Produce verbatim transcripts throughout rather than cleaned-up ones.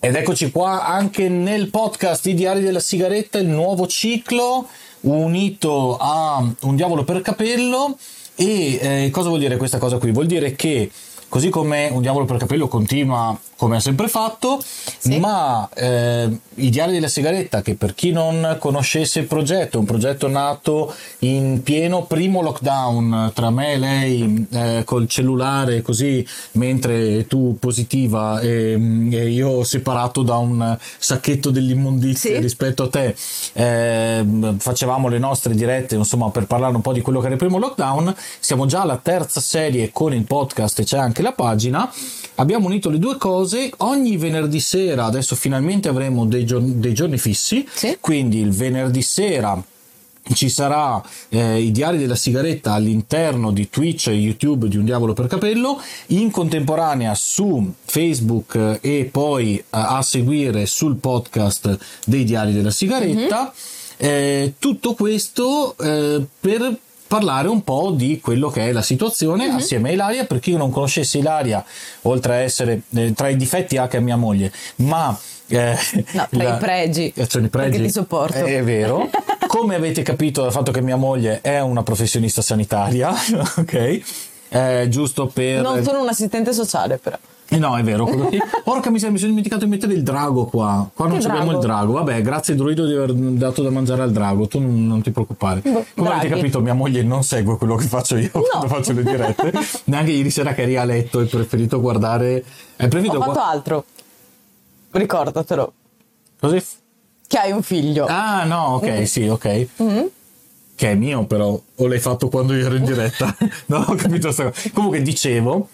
Ed eccoci qua anche nel podcast I Diari della Sigaretta, il nuovo ciclo unito a Un Diavolo per Capello. E eh, cosa vuol dire questa cosa qui? Vuol dire che così come Un Diavolo per Capello continua come ha sempre fatto, sì. ma eh, I Diari della Sigaretta, che per chi non conoscesse il progetto, è un progetto nato in pieno primo lockdown tra me e lei eh, col cellulare così, mentre tu positiva e, e io separato da un sacchetto dell'immondizia, sì. rispetto a te, eh, facevamo le nostre dirette insomma per parlare un po' di quello che era il primo lockdown. Siamo già alla terza serie con il podcast e c'è anche la pagina. Abbiamo unito le due cose. Ogni venerdì sera adesso finalmente avremo dei giorni, dei giorni fissi, sì. quindi il venerdì sera ci sarà eh, I Diari della Sigaretta all'interno di Twitch e YouTube di Un Diavolo per Capello, in contemporanea su Facebook e poi eh, a seguire sul podcast dei Diari della Sigaretta. Mm-hmm. Eh, tutto questo eh, per parlare un po' di quello che è la situazione mm-hmm. assieme a Ilaria. Per chi non conoscesse Ilaria, oltre a essere eh, tra i difetti anche a mia moglie, ma eh, no, tra la, i pregi, sono i pregi, perché ti sopporto. È, è vero. Come avete capito dal fatto che mia moglie è una professionista sanitaria, ok? Eh, giusto per... Non sono un assistente sociale, però. No, è vero. Porca miseria, mi sono dimenticato di mettere il drago qua. Qua non abbiamo il drago. Vabbè, grazie Druido di aver dato da mangiare al drago. Tu non, non ti preoccupare. Boh, come avete capito, mia moglie non segue quello che faccio io no. quando faccio le dirette. Neanche ieri sera che eri a letto hai preferito guardare. Hai preferito Ho fatto guard... altro. Ricordatelo. Così? Che hai un figlio. Ah, no, ok, mm. sì, ok. Mm-hmm. Che è mio, però. O l'hai fatto quando io ero in diretta? No, ho capito sta cosa. Comunque, dicevo.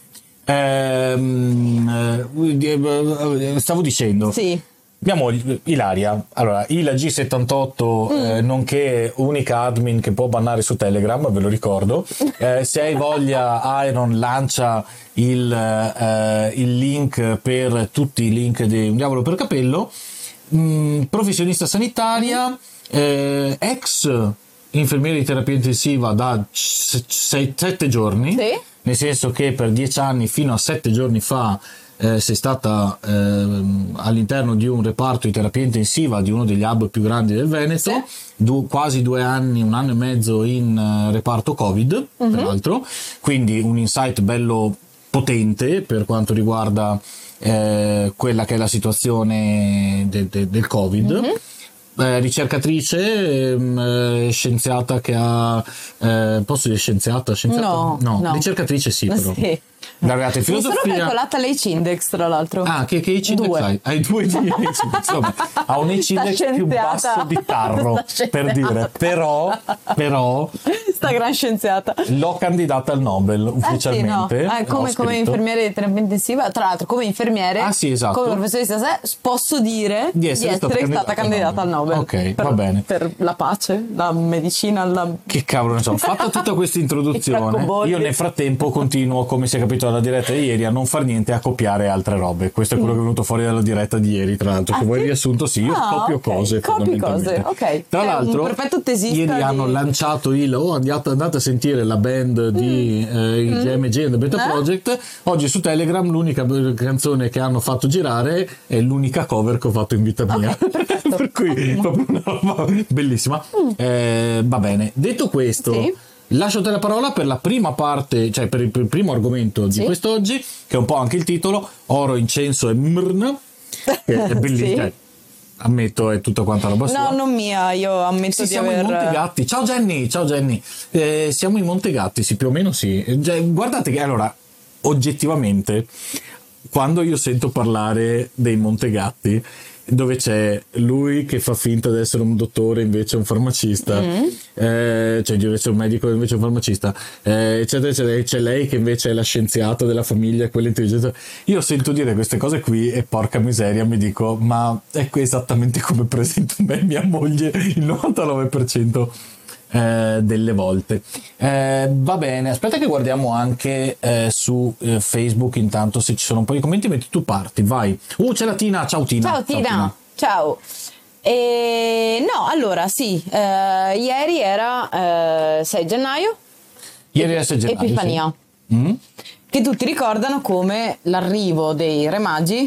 Ehm, stavo dicendo sì. mia moglie Ilaria, allora Ila G settantotto mm. eh, nonché unica admin che può bannare su Telegram, ve lo ricordo. Eh, se hai voglia Iron lancia il, eh, il link per tutti i link di Un Diavolo per Capello. mm, professionista sanitaria, eh, ex infermiere di terapia intensiva da sette giorni, sì. nel senso che per dieci anni fino a sette giorni fa eh, sei stata eh, all'interno di un reparto di terapia intensiva di uno degli hub più grandi del Veneto, sì. du- quasi due anni, un anno e mezzo in uh, reparto Covid, uh-huh. peraltro, quindi un insight bello potente per quanto riguarda eh, quella che è la situazione de- de- del Covid. Uh-huh. Eh, ricercatrice, eh, scienziata che ha eh, posso dire scienziata? scienziata? No, no, no, ricercatrice sì, però. Sì. Laureata in filosofia. Mi sono calcolata l'H-index, tra l'altro. Ah, che, che H-index due. hai? Hai due di H-index. Ha un H-index più basso di Tarro, per dire. Però, però sta gran scienziata. L'ho candidata al Nobel ufficialmente. Eh sì, no. eh, come, come infermiere di terapia intensiva, tra l'altro come infermiere, ah, sì, esatto. come professoressa, posso dire di essere, di essere stata, stata candidata al Nobel. Ok, per, va bene. Per la pace, la medicina, la... Che cavolo ne so. Fatta tutta questa introduzione, io nel frattempo continuo, come si è capito dalla diretta di ieri, a non far niente, a copiare altre robe. Questo è quello mm. che è venuto fuori dalla diretta di ieri, tra l'altro. Se ah, vuoi sì? riassunto, sì, io ah, copio okay. cose. Copi cose, ok. Tra è l'altro, un perfetto tesista ieri di... hanno lanciato il oh, andate, andate a sentire la band di mm. eh, i G M G and the Beta eh? Project. Oggi su Telegram l'unica canzone che hanno fatto girare è l'unica cover che ho fatto in vita mia. Okay, per cui proprio una roba bellissima. Mm. Eh, va bene, detto questo, sì. lascio te la parola per la prima parte, cioè per il, per il primo argomento di sì. quest'oggi, che è un po' anche il titolo, Oro, Incenso e Mrn, che è bellissimo. sì. Ammetto, è tutta quanta roba sua. No, non mia, io ammetto sì, di siamo aver... in Montegatti. Ciao Jenny, ciao Jenny. Eh, siamo in Montegatti, sì, più o meno sì. Cioè, guardate che allora, oggettivamente, quando io sento parlare dei Montegatti, dove c'è lui che fa finta di essere un dottore invece un farmacista, mm. eh, cioè invece un medico invece un farmacista, eh, eccetera eccetera, e c'è lei che invece è la scienziata della famiglia, quella intelligente. Io sento dire queste cose qui e porca miseria mi dico, ma è esattamente come presento me e mia moglie il novantanove per cento Eh, delle volte. Eh, va bene, aspetta che guardiamo anche eh, su eh, Facebook intanto se ci sono un po' di commenti, mentre tu parti, vai. Uh, c'è la Tina, ciao Tina. Ciao Tina, ciao. ciao. E, no, allora sì, eh, ieri era eh, sei gennaio. Ieri era sei gennaio. Epifania. Sì. Mm. Che tutti ricordano come l'arrivo dei Re Magi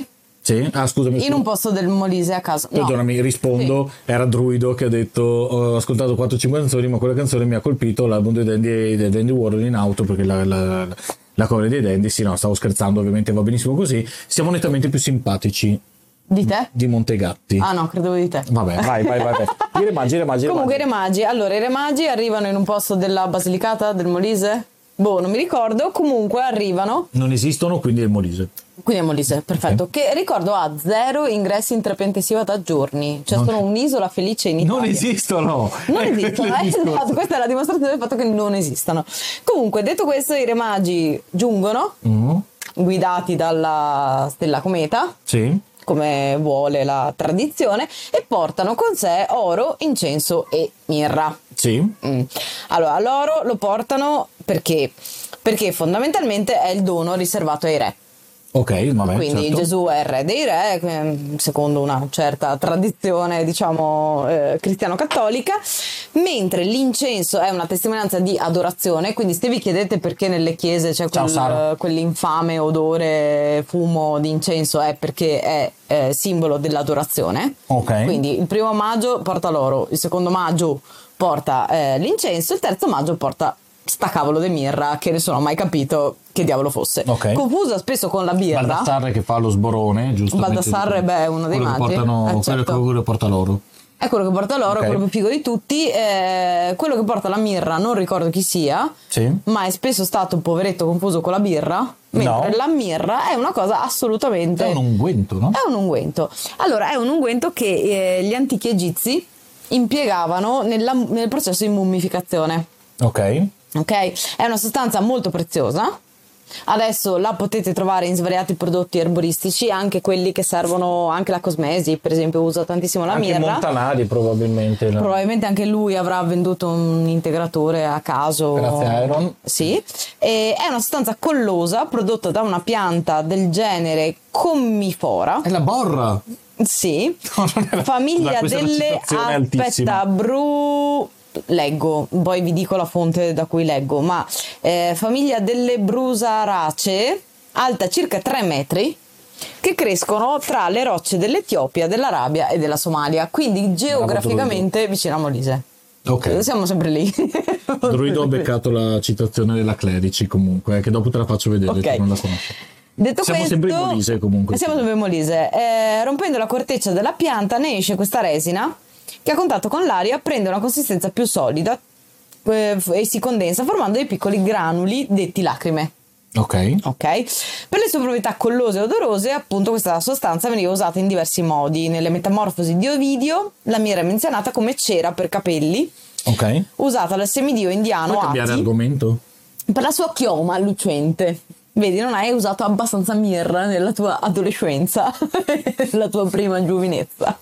Sì? Ah, scusami. In un posto del Molise a caso. No. Perdonami, rispondo, sì. Era Druido che ha detto ho ascoltato quattro cinque canzoni, ma quella canzone mi ha colpito, l'album dei Dandy, dei Dandy Warhol in auto, perché la, la, la cover dei Dandy, sì no, stavo scherzando, ovviamente va benissimo così, siamo nettamente più simpatici. Di te? Di Montegatti. Ah no, credevo di te. Vabbè, vai, vai, vai. vai. I Re Magi, i Re Magi. Comunque i Re Magi, allora i Re Magi arrivano in un posto della Basilicata, del Molise? Boh, non mi ricordo, comunque arrivano. Non esistono, quindi è il Molise. Quindi è Molise, perfetto. Okay. Che ricordo ha zero ingressi in terapia intensiva da giorni. Cioè non sono un'isola felice in Italia. Non esistono! Non esistono, eh? Esatto, questa è la dimostrazione del fatto che non esistono. Comunque, detto questo, i Re Magi giungono, mm. guidati dalla Stella Cometa. Sì. Come vuole la tradizione, e portano con sé oro, incenso e mirra. Sì. Mm. Allora, l'oro lo portano perché? Perché fondamentalmente è il dono riservato ai re. Ok, vabbè, quindi certo. Gesù è il re dei re, secondo una certa tradizione, diciamo, eh, cristiano-cattolica, mentre l'incenso è una testimonianza di adorazione. Quindi se vi chiedete perché nelle chiese c'è quel, quell'infame odore, fumo di incenso, è perché è eh, simbolo dell'adorazione. Ok. Quindi il primo maggio porta l'oro, il secondo maggio porta eh, l'incenso, il terzo maggio porta sta cavolo di mirra, che nessuno ha mai capito che diavolo fosse. Okay. Confusa spesso con la birra. Baldassarre che fa lo sborone, giusto? Baldassarre, beh, è uno dei magi. Portano, eh, certo. Quello che porta l'oro. È quello che porta l'oro, Okay. quello più figo di tutti. Eh, quello che porta la mirra non ricordo chi sia, sì. ma è spesso stato un poveretto confuso con la birra. Mentre no. la mirra è una cosa assolutamente... È un unguento, no? È un unguento. Allora, è un unguento che eh, gli antichi egizi impiegavano nella, nel processo di mummificazione. Ok. Ok? È una sostanza molto preziosa. Adesso la potete trovare in svariati prodotti erboristici, anche quelli che servono, anche la Cosmesi per esempio usa tantissimo la anche mirra. Montanari probabilmente. No? Probabilmente anche lui avrà venduto un integratore a caso. Grazie a Iron. Sì. E è una sostanza collosa prodotta da una pianta del genere Commifora. È la borra. Sì. No, non era... Famiglia Scusa, delle... Aspetta, Bru... leggo, poi vi dico la fonte da cui leggo, ma eh, famiglia delle Brusaracee, alta circa tre metri, che crescono tra le rocce dell'Etiopia, dell'Arabia e della Somalia, quindi geograficamente vicino a Molise. Ok. Siamo sempre lì. Druido ha beccato la citazione della Clerici comunque, che dopo te la faccio vedere, okay. Se non la conosci. Detto siamo questo, sempre in Molise comunque. Siamo sempre in Molise. Eh, rompendo la corteccia della pianta ne esce questa resina che a contatto con l'aria prende una consistenza più solida eh, e si condensa formando dei piccoli granuli detti lacrime. Ok. Ok. Per le sue proprietà collose e odorose, appunto, questa sostanza veniva usata in diversi modi. Nelle Metamorfosi di Ovidio la mirra è menzionata come cera per capelli. Ok. Usata dal semidio indiano Puoi cambiare Ati argomento? per la sua chioma lucente. Vedi, non hai usato abbastanza mirra nella tua adolescenza, nella tua prima giovinezza.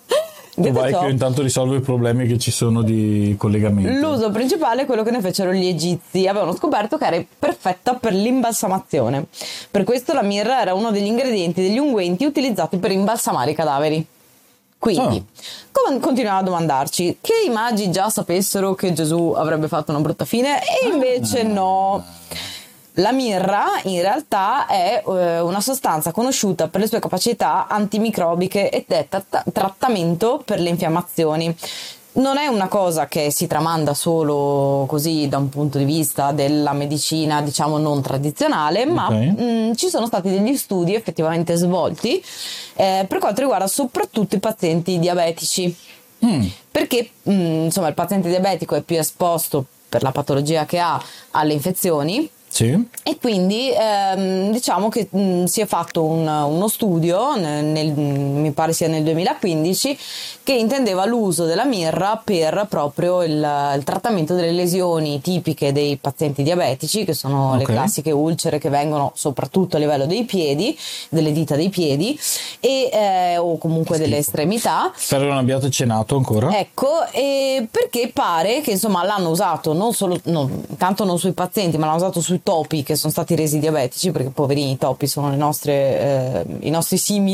Tu vai ciò, che io intanto risolvo i problemi che ci sono di collegamento. L'uso principale è quello che ne fecero gli egizi. Avevano scoperto che era perfetta per l'imbalsamazione. Per questo la mirra era uno degli ingredienti degli unguenti utilizzati per imbalsamare i cadaveri. Quindi, oh. continuiamo a domandarci che i magi già sapessero che Gesù avrebbe fatto una brutta fine, e invece ah. no. La mirra in realtà è eh, una sostanza conosciuta per le sue capacità antimicrobiche ed è tratta- trattamento per le infiammazioni. Non è una cosa che si tramanda solo così da un punto di vista della medicina, diciamo, non tradizionale, ma okay. mh, ci sono stati degli studi effettivamente svolti eh, per quanto riguarda soprattutto i pazienti diabetici. Mm. Perché mh, insomma il paziente diabetico è più esposto per la patologia che ha alle infezioni. Sì. E quindi ehm, diciamo che mh, si è fatto un, uno studio nel, nel, mi pare sia nel duemilaquindici, che intendeva l'uso della mirra per proprio il, il trattamento delle lesioni tipiche dei pazienti diabetici, che sono okay. le classiche ulcere che vengono soprattutto a livello dei piedi, delle dita dei piedi e, eh, o comunque Schifo. delle estremità. Spero non abbiate cenato ancora. Ecco, e perché pare che insomma l'hanno usato non solo, non, tanto non sui pazienti, ma l'hanno usato sui topi che sono stati resi diabetici, perché poverini i topi sono le nostre, eh, i nostri simili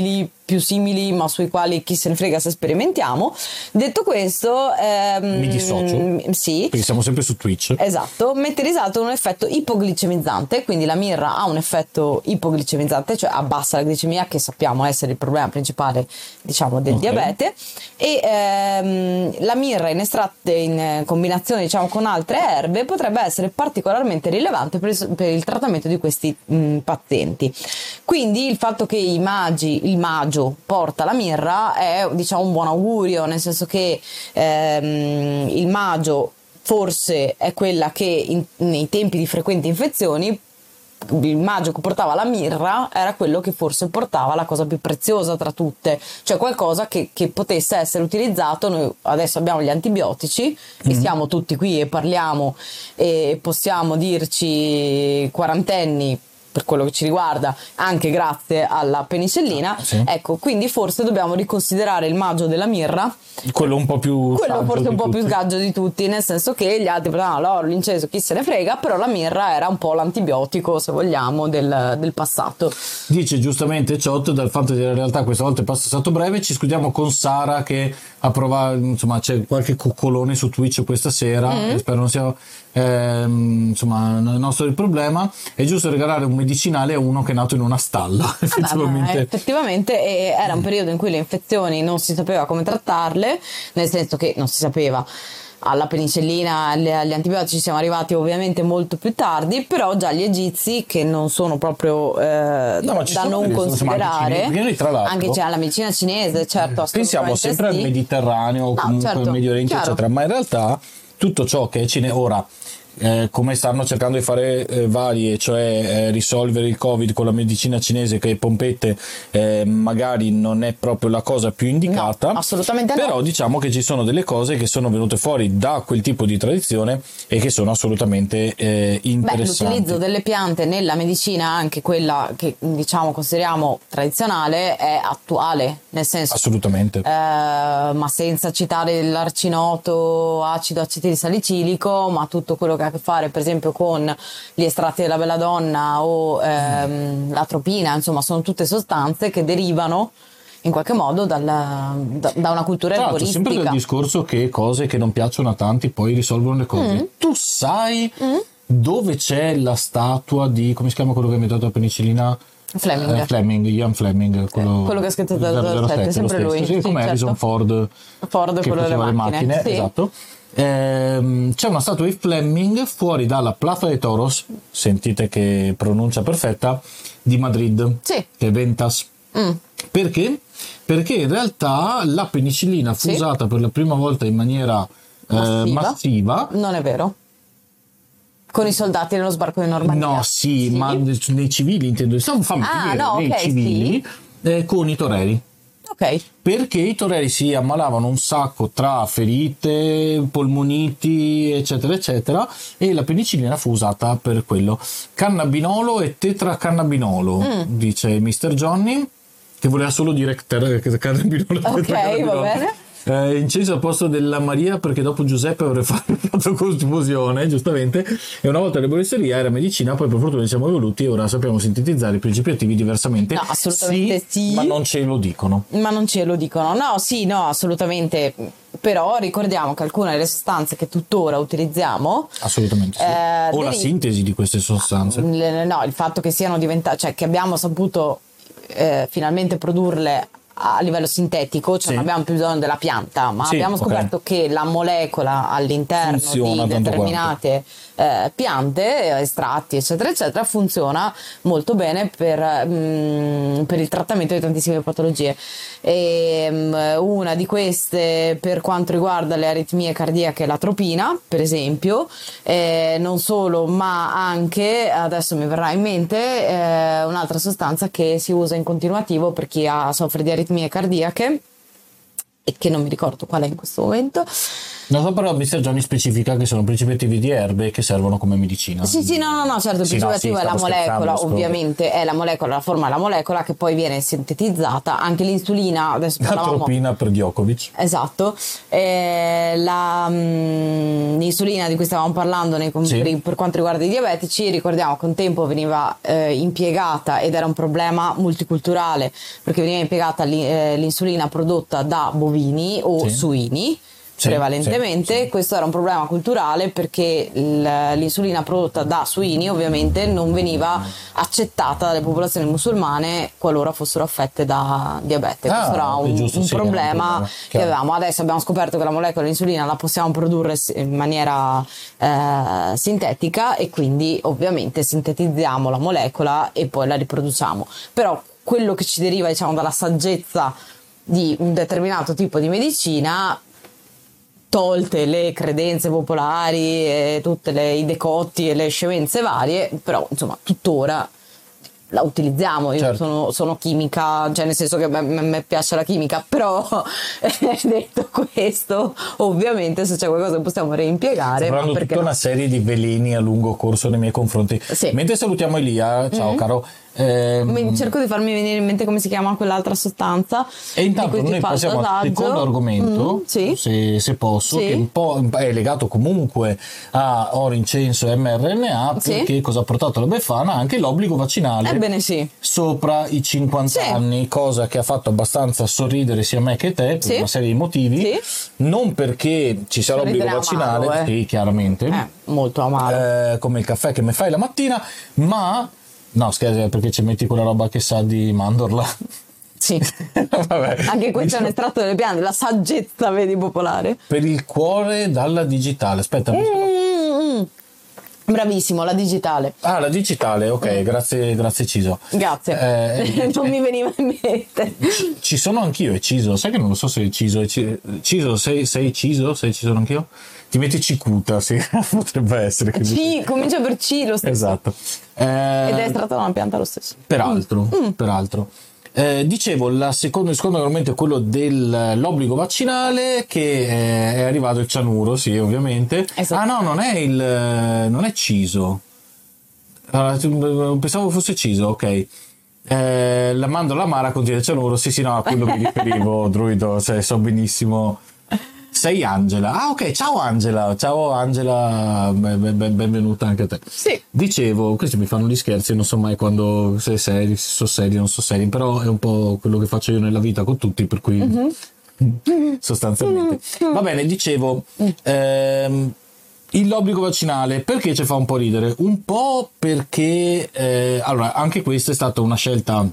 più simili ma sui quali chi se ne frega se sperimentiamo. Detto questo, ehm, mi dissocio, sì, perché siamo sempre su Twitch. Esatto, mette in risalto un effetto ipoglicemizzante, quindi la mirra ha un effetto ipoglicemizzante, cioè abbassa la glicemia, che sappiamo essere il problema principale, diciamo, del Okay. diabete, e ehm, la mirra in estratte in combinazione, diciamo, con altre erbe potrebbe essere particolarmente rilevante per il, per il trattamento di questi mh, pazienti. Quindi il fatto che i magi, il magio porta la mirra è, diciamo, un buon augurio, nel senso che ehm, il magio forse è quella che in, nei tempi di frequenti infezioni, il magio che portava la mirra era quello che forse portava la cosa più preziosa tra tutte, cioè qualcosa che, che potesse essere utilizzato. Noi adesso abbiamo gli antibiotici e Mm-hmm. siamo tutti qui e parliamo e possiamo dirci quarantenni, per quello che ci riguarda, anche grazie alla penicillina. Sì. Ecco, quindi forse dobbiamo riconsiderare il magio della mirra, Quello un po' più quello saggio forse di un po' più tutti. sgaggio di tutti, nel senso che gli altri, no, l'oro, l'incenso, chi se ne frega, però la mirra era un po' l'antibiotico, se vogliamo, del, del passato. Dice giustamente Ciot, dal fatto che in realtà questa volta il passo è stato breve. Ci scusiamo con Sara che ha provato, insomma c'è qualche coccolone su Twitch questa sera, Mm. e spero non sia ehm, insomma il nostro il problema. È giusto regalare un medicinale a uno che è nato in una stalla. Vabbè, effettivamente. ma effettivamente eh, era un periodo in cui le infezioni non si sapeva come trattarle, nel senso che non si sapeva. Alla penicillina, agli antibiotici siamo arrivati ovviamente molto più tardi, però già gli egizi, che non sono proprio eh, No, ma ci da sono non delle- considerare, insomma, anche cinesi, tra l'altro. anche c'è la medicina cinese, certo, Pensiamo assolutamente sempre sì. al Mediterraneo, o No, comunque certo, al Medio Oriente, chiaro. eccetera, ma in realtà tutto ciò che è cine ora, eh, come stanno cercando di fare eh, varie, cioè eh, risolvere il Covid con la medicina cinese, che pompette eh, magari non è proprio la cosa più indicata, No, assolutamente no. però diciamo che ci sono delle cose che sono venute fuori da quel tipo di tradizione e che sono assolutamente eh, Beh, interessanti. l'utilizzo delle piante nella medicina, anche quella che diciamo consideriamo tradizionale, è attuale, nel senso, Assolutamente. eh, ma senza citare l'arcinoto acido acetilsalicilico, ma tutto quello che ha a che fare per esempio con gli estratti della belladonna o ehm, l'atropina, insomma sono tutte sostanze che derivano in qualche modo dalla- da, da una cultura Tra l'altro, sempre del erboristica. discorso che cose che non piacciono a tanti poi risolvono le cose. Mm. Tu sai dove c'è la statua di, come si chiama quello che ha inventato la penicillina? Fleming. Eh, Fleming, Ian Fleming, quello, quello che ha scritto zero zero sette, lo sempre stesso. lui. Sì, Sì, come Harrison certo. Ford, Ford, che quello delle faceva le macchine, macchine, sì. esatto. Ehm, c'è una statua di Fleming fuori dalla Plaza de Toros, sentite che pronuncia perfetta, di Madrid, Sì. che è Ventas. Mm. Perché? Perché in realtà la penicillina fu Sì. usata per la prima volta in maniera eh, Massiva. massiva. Non è vero. Con i soldati nello sbarco di Normandia. No, sì, ma nei civili intendo, stiamo fammi Ah, finire, no, nei ok, civili eh, con i toreri. Ok. Perché i toreri si ammalavano un sacco tra ferite, polmoniti, eccetera, eccetera, e la penicillina fu usata per quello. Cannabinolo e tetracannabinolo, Mm. dice mister Johnny, che voleva solo dire ter- cannabinolo e Ok, tetracannabinolo. va bene. Eh, incenso al posto della Maria, perché dopo Giuseppe avrebbe fatto confusione, giustamente. E una volta l'erboristeria era medicina, poi per fortuna ci siamo evoluti e ora sappiamo sintetizzare i principi attivi diversamente. No, assolutamente sì. Ma non ce lo dicono. Ma non ce lo dicono. No, sì, no, assolutamente. Però ricordiamo che alcune delle sostanze che tuttora utilizziamo, Assolutamente sì. Eh, o la devi- sintesi di queste sostanze. le- no, il fatto che siano diventate, cioè che abbiamo saputo eh, finalmente produrle a livello sintetico, cioè Sì. non abbiamo più bisogno della pianta, ma Sì, abbiamo ok. scoperto che la molecola all'interno Funziona di tanto determinate eh, piante, estratti, eccetera, eccetera, funziona molto bene per, mm, per il trattamento di tantissime patologie. E, mm, una di queste, per quanto riguarda le aritmie cardiache, è l'atropina, per esempio, eh, non solo, ma anche, adesso mi verrà in mente, eh, un'altra sostanza che si usa in continuativo per chi ha, soffre di aritmie cardiache e che non mi ricordo qual è in questo momento. Non so, però mister Johnny specifica che sono principi attivi di erbe che servono come medicina. Sì, sì, no, no, no, certo, il Sì, principio no, attivo sì, è la stavo molecola, scherzando, ovviamente è la molecola, la forma della molecola che poi viene sintetizzata, anche l'insulina, adesso parlavamo... Atropina per Djokovic. Esatto, eh, la, mh, l'insulina di cui stavamo parlando nei, Sì. per, per quanto riguarda i diabetici, ricordiamo che un tempo veniva eh, impiegata ed era un problema multiculturale perché veniva impiegata l'in- eh, l'insulina prodotta da bovini o Sì. suini. Sì, Prevalentemente sì, sì. questo era un problema culturale perché l- l'insulina prodotta da suini ovviamente non veniva accettata dalle popolazioni musulmane qualora fossero affette da diabete. Ah, Questo era è un, giusto, un sì, era un problema problema, che chiaro. avevamo. Adesso abbiamo scoperto che la molecola di insulina la possiamo produrre s- in maniera eh, sintetica e quindi ovviamente sintetizziamo la molecola e poi la riproduciamo. Però quello che ci deriva, diciamo, dalla saggezza di un determinato tipo di medicina, tolte le credenze popolari e tutte le, i decotti e le scemenze varie, però insomma tuttora la utilizziamo. Io Certo. sono, sono chimica, cioè nel senso che a me, a me piace la chimica, però detto questo, ovviamente se c'è qualcosa che possiamo reimpiegare, Sto ma parlando perché tutta no? una serie di veleni a lungo corso nei miei confronti. Sì. Mentre salutiamo Elia, ciao Mm. caro. ehm, Mi- cerco di farmi venire in mente come si chiama quell'altra sostanza E di intanto cui ti noi fa il passiamo al dosaggio. secondo argomento, Mm, sì. se, se posso, Sì. che un po' è legato comunque a oro, incenso e mRNA, Sì. perché cosa ha portato la Befana? Anche l'obbligo vaccinale Ebbene sì. sopra i cinquanta Sì. anni, cosa che ha fatto abbastanza sorridere sia me che te per Sì. una serie di motivi, Sì. non perché ci sia l'obbligo Sorridere vaccinale, amaro, eh. sì, chiaramente, Eh, molto amaro. eh, come il caffè che mi fai la mattina, ma no, scherzo, perché ci metti quella roba che sa di mandorla. Sì. Vabbè, Anche questo è diciamo, un estratto delle piante, la saggezza, vedi, popolare. per il cuore dalla digitale. Aspetta, mi sono- Mm, mm. Bravissimo, la digitale. ah, la digitale, ok, grazie, grazie Ciso. Grazie. Eh, non mi veniva in mente. Ci sono anch'io e Ciso, sai che non lo so se Ciso è Ci- Ciso, sei, sei Ciso? Sei Ciso anch'io? Ti metti Cicuta, sì, potrebbe essere. che C, comincia per C lo stesso. Esatto. Eh, Ed è estratto da una pianta lo stesso. Peraltro, Mm. peraltro. Eh, dicevo, la secondo, il secondo argomento è quello dell'obbligo vaccinale, che eh, è arrivato il cianuro, sì, ovviamente. Esatto. Ah no, non è il non è Ciso. Ah, pensavo fosse Ciso, ok. Eh, la mandorla amara contiene il cianuro, sì sì no, a quello mi riferivo, druido, cioè, so benissimo. Sei Angela. Ah ok, ciao Angela, ciao Angela, ben- ben- benvenuta anche a te. Sì. Dicevo, questi mi fanno gli scherzi, non so mai quando sei seri, se sono seri, non so seri, però è un po' quello che faccio io nella vita con tutti, per cui sostanzialmente. Va bene, dicevo, ehm, il- l'obbligo vaccinale, perché ci fa un po' ridere? Un po' perché, eh, allora, anche questa è stata una scelta,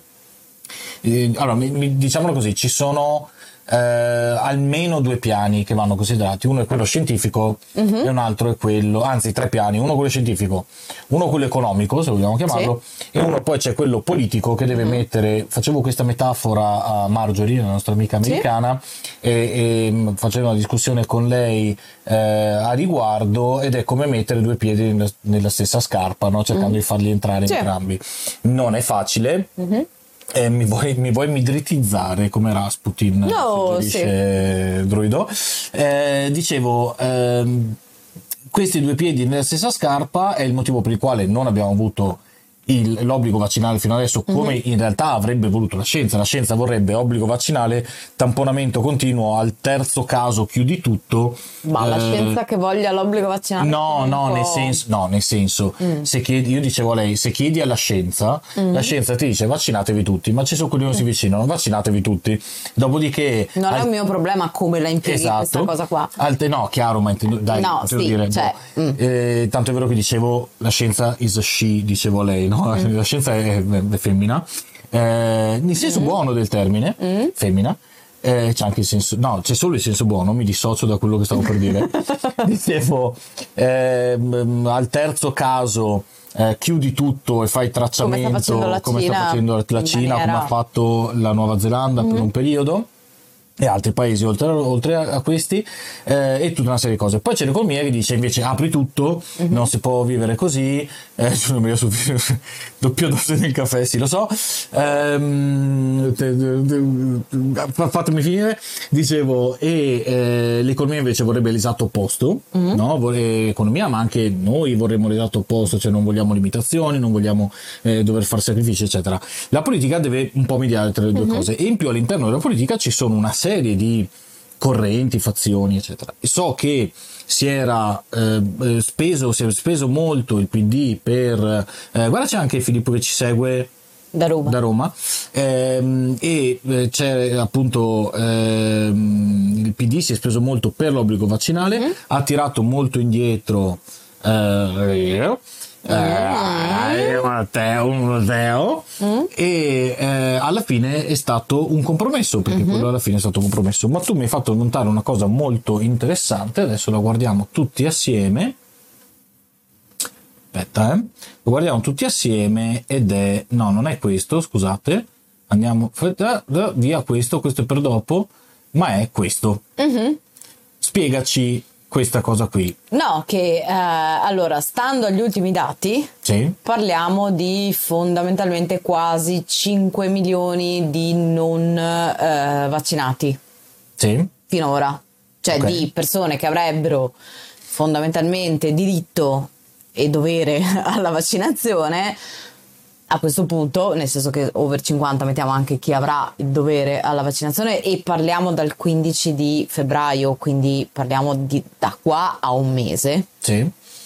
eh, allora, mi- mi- diciamolo così, ci sono eh, almeno due piani che vanno considerati, uno è quello scientifico e un altro è quello, anzi tre piani, uno quello scientifico, uno quello economico, se vogliamo chiamarlo, e uno poi c'è quello politico che deve mettere, facevo questa metafora a Marjorie, la nostra amica americana, e, e facevo una discussione con lei eh, a riguardo, ed è come mettere due piedi nella, nella stessa scarpa, no? Cercando di farli entrare Sì. entrambi. Non è facile. Eh, mi, vuoi, mi vuoi midritizzare come Rasputin, No, suggerisce Druido. Eh, dicevo, ehm, questi due piedi nella stessa scarpa è il motivo per il quale non abbiamo avuto il- l'obbligo vaccinale fino adesso, come in realtà avrebbe voluto la scienza. La scienza vorrebbe obbligo vaccinale, tamponamento continuo, al terzo caso chiudi tutto. Ma la Eh, scienza che voglia l'obbligo vaccinale. No, è un no, po'- nel senso, no, nel senso, se chiedi, io dicevo a lei, se chiedi alla scienza, la scienza ti dice vaccinatevi tutti, ma ci sono quelli che non si vaccinano, vaccinatevi tutti. Dopodiché, Non è al- un mio problema come la impieghi esatto, questa cosa qua. Alte- no, chiaro, ma intendo, dai, No, intendo sì, dire, cioè, boh, mm. eh, tanto è vero che dicevo la scienza is a she, dicevo a lei, no? La scienza è, è femmina, eh, nel senso buono del termine, femmina. Eh, c'è anche il senso, no, c'è solo il senso buono, mi dissocio da quello che stavo per dire. Dicevo, ehm, al terzo caso eh, chiudi tutto e fai tracciamento facendo la come sta Cina, facendo la in Cina, maniera- come ha fatto la Nuova Zelanda per un periodo. e altri paesi oltre, oltre a, a questi, eh, e tutta una serie di cose. Poi c'è l'economia che dice invece apri tutto, mm-hmm. non si può vivere così, eh, doppio dose del caffè, sì lo so, ehm, fatemi finire, dicevo, e eh, l'economia invece vorrebbe l'esatto opposto, mm-hmm. no? Vorrei, economia, ma anche noi vorremmo l'esatto opposto, cioè non vogliamo limitazioni, non vogliamo eh, dover fare sacrifici eccetera. La politica deve un po' mediare tra le due mm-hmm. cose, e in più all'interno della politica ci sono una serie di correnti, fazioni eccetera. So che si era eh, speso si è speso molto il P D per eh, guarda, c'è anche Filippo che ci segue da Roma, da Roma ehm, e eh, c'è appunto ehm, il P D si è speso molto per l'obbligo vaccinale, mm. ha tirato molto indietro eh, Eh, Matteo, Matteo mm. e eh, alla fine è stato un compromesso, perché mm-hmm. quello alla fine è stato un compromesso. Ma tu mi hai fatto notare una cosa molto interessante, adesso la guardiamo tutti assieme. Aspetta, eh. Lo guardiamo tutti assieme ed è no, non è questo, scusate. Andiamo via questo, questo è per dopo, ma è questo. Mm-hmm. Spiegaci questa cosa qui. No, che eh, allora, stando agli ultimi dati, sì. parliamo di fondamentalmente quasi cinque milioni di non eh, vaccinati. Sì. Finora. Cioè okay. di persone che avrebbero fondamentalmente diritto e dovere alla vaccinazione. A questo punto, nel senso che over cinquanta mettiamo anche chi avrà il dovere alla vaccinazione, e parliamo dal quindici di febbraio, quindi parliamo di da qua a un mese. Sì.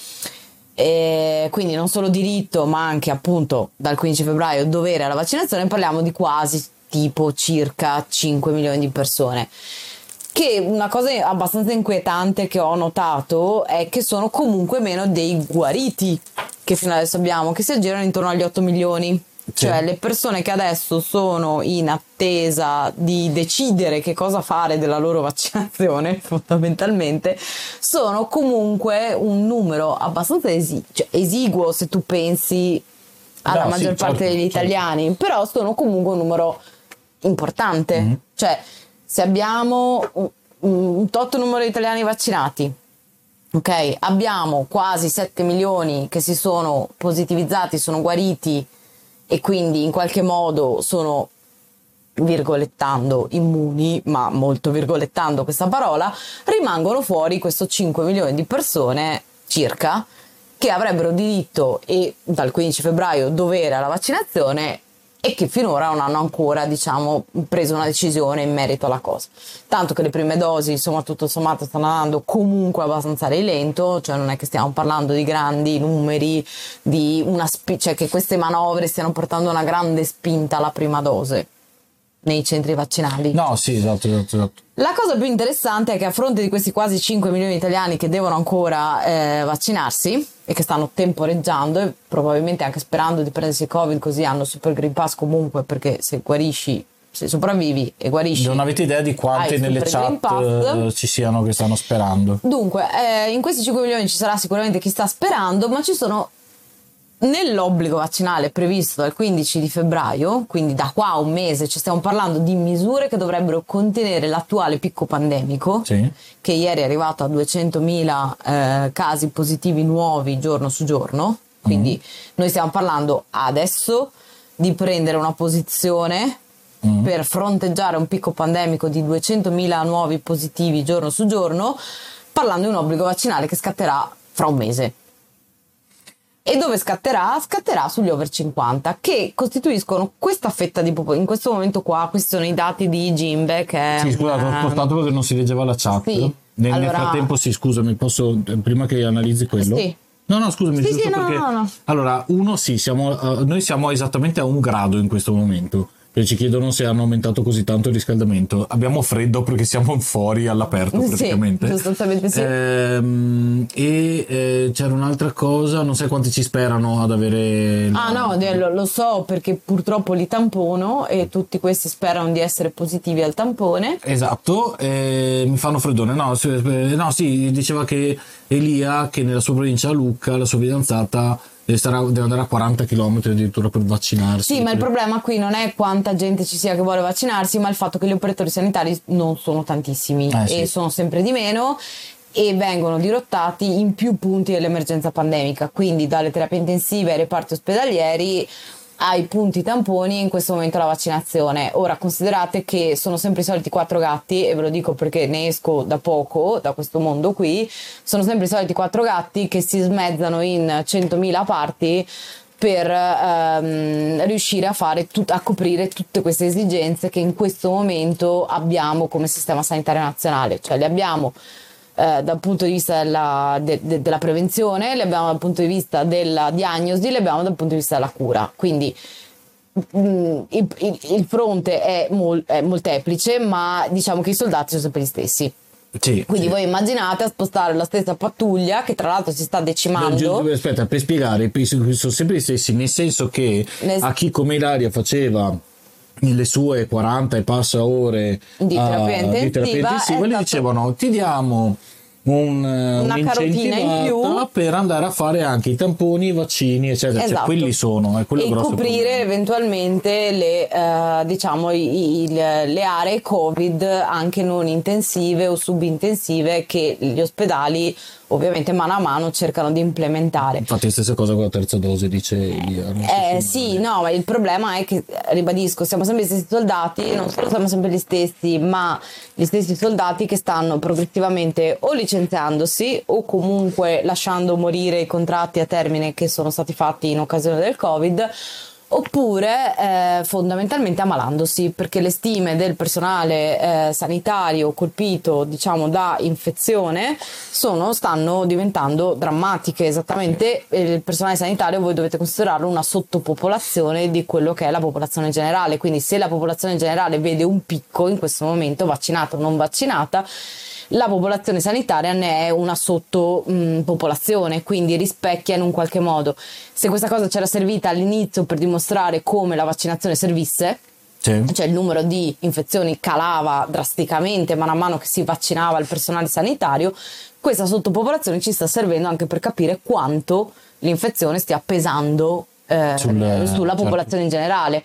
E quindi non solo diritto, ma anche appunto dal quindici febbraio dovere alla vaccinazione, parliamo di quasi tipo circa cinque milioni di persone. Che una cosa abbastanza inquietante che ho notato è che sono comunque meno dei guariti che fino adesso abbiamo, che si aggirano intorno agli otto milioni. Sì. Cioè le persone che adesso sono in attesa di decidere che cosa fare della loro vaccinazione, fondamentalmente, sono comunque un numero abbastanza esi- cioè, esiguo se tu pensi alla no, maggior sì, parte certo, degli italiani, certo. Però sono comunque un numero importante. Mm-hmm. Cioè se abbiamo un, un tot numero di italiani vaccinati, ok, abbiamo quasi sette milioni che si sono positivizzati, sono guariti e quindi in qualche modo sono, virgolettando, immuni, ma molto virgolettando questa parola, rimangono fuori questo cinque milioni di persone circa che avrebbero diritto e dal quindici febbraio dovere alla vaccinazione e che finora non hanno ancora, diciamo, preso una decisione in merito alla cosa. Tanto che le prime dosi, insomma, tutto sommato stanno andando comunque abbastanza rilento, cioè non è che stiamo parlando di grandi numeri, di una spi- cioè che queste manovre stiano portando una grande spinta alla prima dose nei centri vaccinali. No, sì, esatto, esatto, esatto. La cosa più interessante è che a fronte di questi quasi cinque milioni di italiani che devono ancora eh, vaccinarsi e che stanno temporeggiando e probabilmente anche sperando di prendersi il Covid, così hanno Super Green Pass comunque, perché se guarisci, se sopravvivi e guarisci, non avete idea di quanti nelle chat uh, ci siano che stanno sperando. Dunque eh, in questi cinque milioni ci sarà sicuramente chi sta sperando, ma ci sono nell'obbligo vaccinale previsto dal quindici di febbraio, quindi da qua a un mese, ci stiamo parlando di misure che dovrebbero contenere l'attuale picco pandemico, sì. che ieri è arrivato a duecentomila eh, casi positivi nuovi giorno su giorno, quindi mm. noi stiamo parlando adesso di prendere una posizione mm. per fronteggiare un picco pandemico di duecentomila nuovi positivi giorno su giorno, parlando di un obbligo vaccinale che scatterà fra un mese. E dove scatterà? Scatterà sugli over cinquanta, che costituiscono questa fetta di popolazione. In questo momento qua, questi sono i dati di Gimbe, che è sì, scusate, ho spostato perché non si leggeva la chat. Sì. Nel, allora... nel frattempo, sì, scusami, posso, prima che analizzi quello? Sì. No, no, scusami, sì, giusto sì, perché... No, no, no. Allora, uno, sì, siamo, uh, noi siamo esattamente a un grado in questo momento. Ci chiedono se hanno aumentato così tanto il riscaldamento. Abbiamo freddo perché siamo fuori all'aperto praticamente. Sì, sostanzialmente sì. Ehm, e eh, c'era un'altra cosa, non sai quanti ci sperano ad avere... Ah no, lo, lo so perché purtroppo li tampono e tutti questi sperano di essere positivi al tampone. Esatto, eh, mi fanno freddone. No, no, sì, diceva che Elia, che nella sua provincia a Lucca, la sua fidanzata... Deve, stare, deve andare a quaranta chilometri addirittura per vaccinarsi. Sì, ma il problema qui non è quanta gente ci sia che vuole vaccinarsi, ma il fatto che gli operatori sanitari non sono tantissimi eh, sì. e sono sempre di meno e vengono dirottati in più punti dell'emergenza pandemica, quindi dalle terapie intensive ai reparti ospedalieri ai punti tamponi, in questo momento la vaccinazione. Ora considerate che sono sempre i soliti quattro gatti, e ve lo dico perché ne esco da poco da questo mondo qui, sono sempre i soliti quattro gatti che si smezzano in centomila parti per ehm, riuscire a fare tut- a coprire tutte queste esigenze che in questo momento abbiamo come sistema sanitario nazionale, cioè le abbiamo Eh, dal punto di vista della, de, de, della prevenzione, le abbiamo dal punto di vista della diagnosi, le abbiamo dal punto di vista della cura. Quindi mh, il, il, il fronte è, mol, è molteplice, ma diciamo che i soldati sono sempre gli stessi. Sì, Quindi sì. voi immaginate a spostare la stessa pattuglia che tra l'altro si sta decimando. Aspetta, per spiegare, sono sempre gli stessi, nel senso che Nel... a chi come Ilaria faceva le sue quaranta e passa ore di terapia uh, intensiva, di terapia intensiva, gli dicevano ti diamo un, una carotina in più per andare a fare anche i tamponi, i vaccini eccetera, esatto. Cioè, quelli sono è quello e grosso coprire problema. Eventualmente le uh, diciamo i, i, le aree Covid anche non intensive o subintensive che gli ospedali ovviamente mano a mano cercano di implementare. Infatti stessa cosa con la terza dose, dice Elia. Eh sì, no, ma il problema è che, ribadisco, siamo sempre gli stessi soldati, non solo siamo sempre gli stessi, ma gli stessi soldati che stanno progressivamente o licenziandosi o comunque lasciando morire i contratti a termine che sono stati fatti in occasione del Covid, oppure eh, fondamentalmente ammalandosi, perché le stime del personale eh, sanitario colpito diciamo da infezione sono, stanno diventando drammatiche. Esattamente, il personale sanitario voi dovete considerarlo una sottopopolazione di quello che è la popolazione generale, quindi se la popolazione generale vede un picco in questo momento, vaccinata o non vaccinata, la popolazione sanitaria ne è una sottopopolazione, quindi rispecchia in un qualche modo. Se questa cosa c'era servita all'inizio per dimostrare come la vaccinazione servisse, sì. Cioè il numero di infezioni calava drasticamente man mano che si vaccinava il personale sanitario, questa sottopopolazione ci sta servendo anche per capire quanto l'infezione stia pesando eh, Sul, sulla popolazione certo. in generale.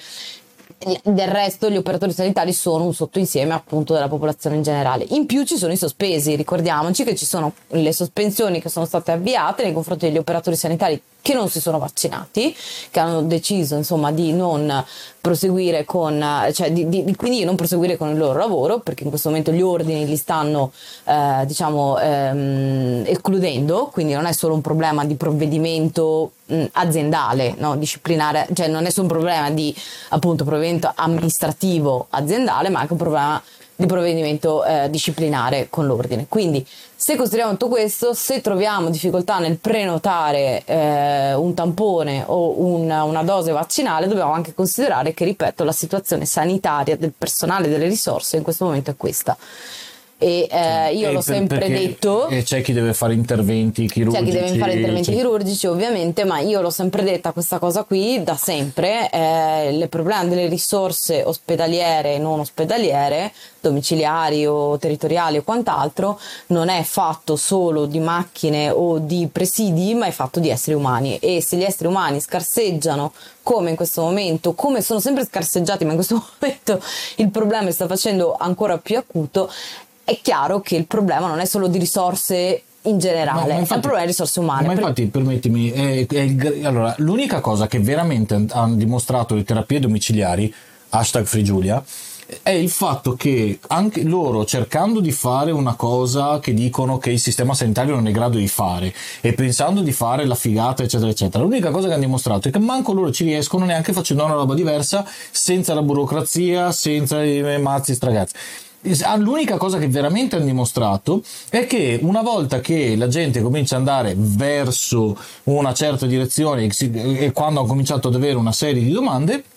Del resto gli operatori sanitari sono un sottoinsieme appunto della popolazione in generale. In più ci sono i sospesi, ricordiamoci che ci sono le sospensioni che sono state avviate nei confronti degli operatori sanitari che non si sono vaccinati, che hanno deciso insomma di non proseguire con, cioè di, di, quindi non proseguire con il loro lavoro, perché in questo momento gli ordini li stanno eh, diciamo ehm, escludendo, quindi non è solo un problema di provvedimento mh, aziendale, no? Disciplinare, cioè non è solo un problema di appunto provvedimento amministrativo aziendale, ma anche un problema di provvedimento eh, disciplinare con l'ordine. Quindi se consideriamo tutto questo, se troviamo difficoltà nel prenotare eh, un tampone o un, una dose vaccinale, dobbiamo anche considerare che, ripeto, la situazione sanitaria del personale, delle risorse in questo momento è questa. E eh, io e l'ho per, sempre detto, e c'è chi deve fare interventi chirurgici, c'è chi deve fare interventi chirurgici ovviamente, ma io l'ho sempre detta questa cosa qui da sempre. Eh, il problema delle risorse ospedaliere e non ospedaliere, domiciliari o territoriali o quant'altro, non è fatto solo di macchine o di presidi, ma è fatto di esseri umani, e se gli esseri umani scarseggiano come in questo momento, come sono sempre scarseggiati, ma in questo momento il problema si sta facendo ancora più acuto, è chiaro che il problema non è solo di risorse in generale, no, infatti, è un problema di risorse umane. Ma infatti, per... permettimi, è, è il, allora, l'unica cosa che veramente hanno dimostrato le terapie domiciliari, hashtag FreeGiulia, è il fatto che anche loro, cercando di fare una cosa che dicono che il sistema sanitario non è in grado di fare e pensando di fare la figata eccetera eccetera, l'unica cosa che hanno dimostrato è che manco loro ci riescono neanche facendo una roba diversa, senza la burocrazia, senza i mazzi stragazzi. L'unica cosa che veramente hanno dimostrato è che una volta che la gente comincia ad andare verso una certa direzione e quando hanno cominciato ad avere una serie di domande,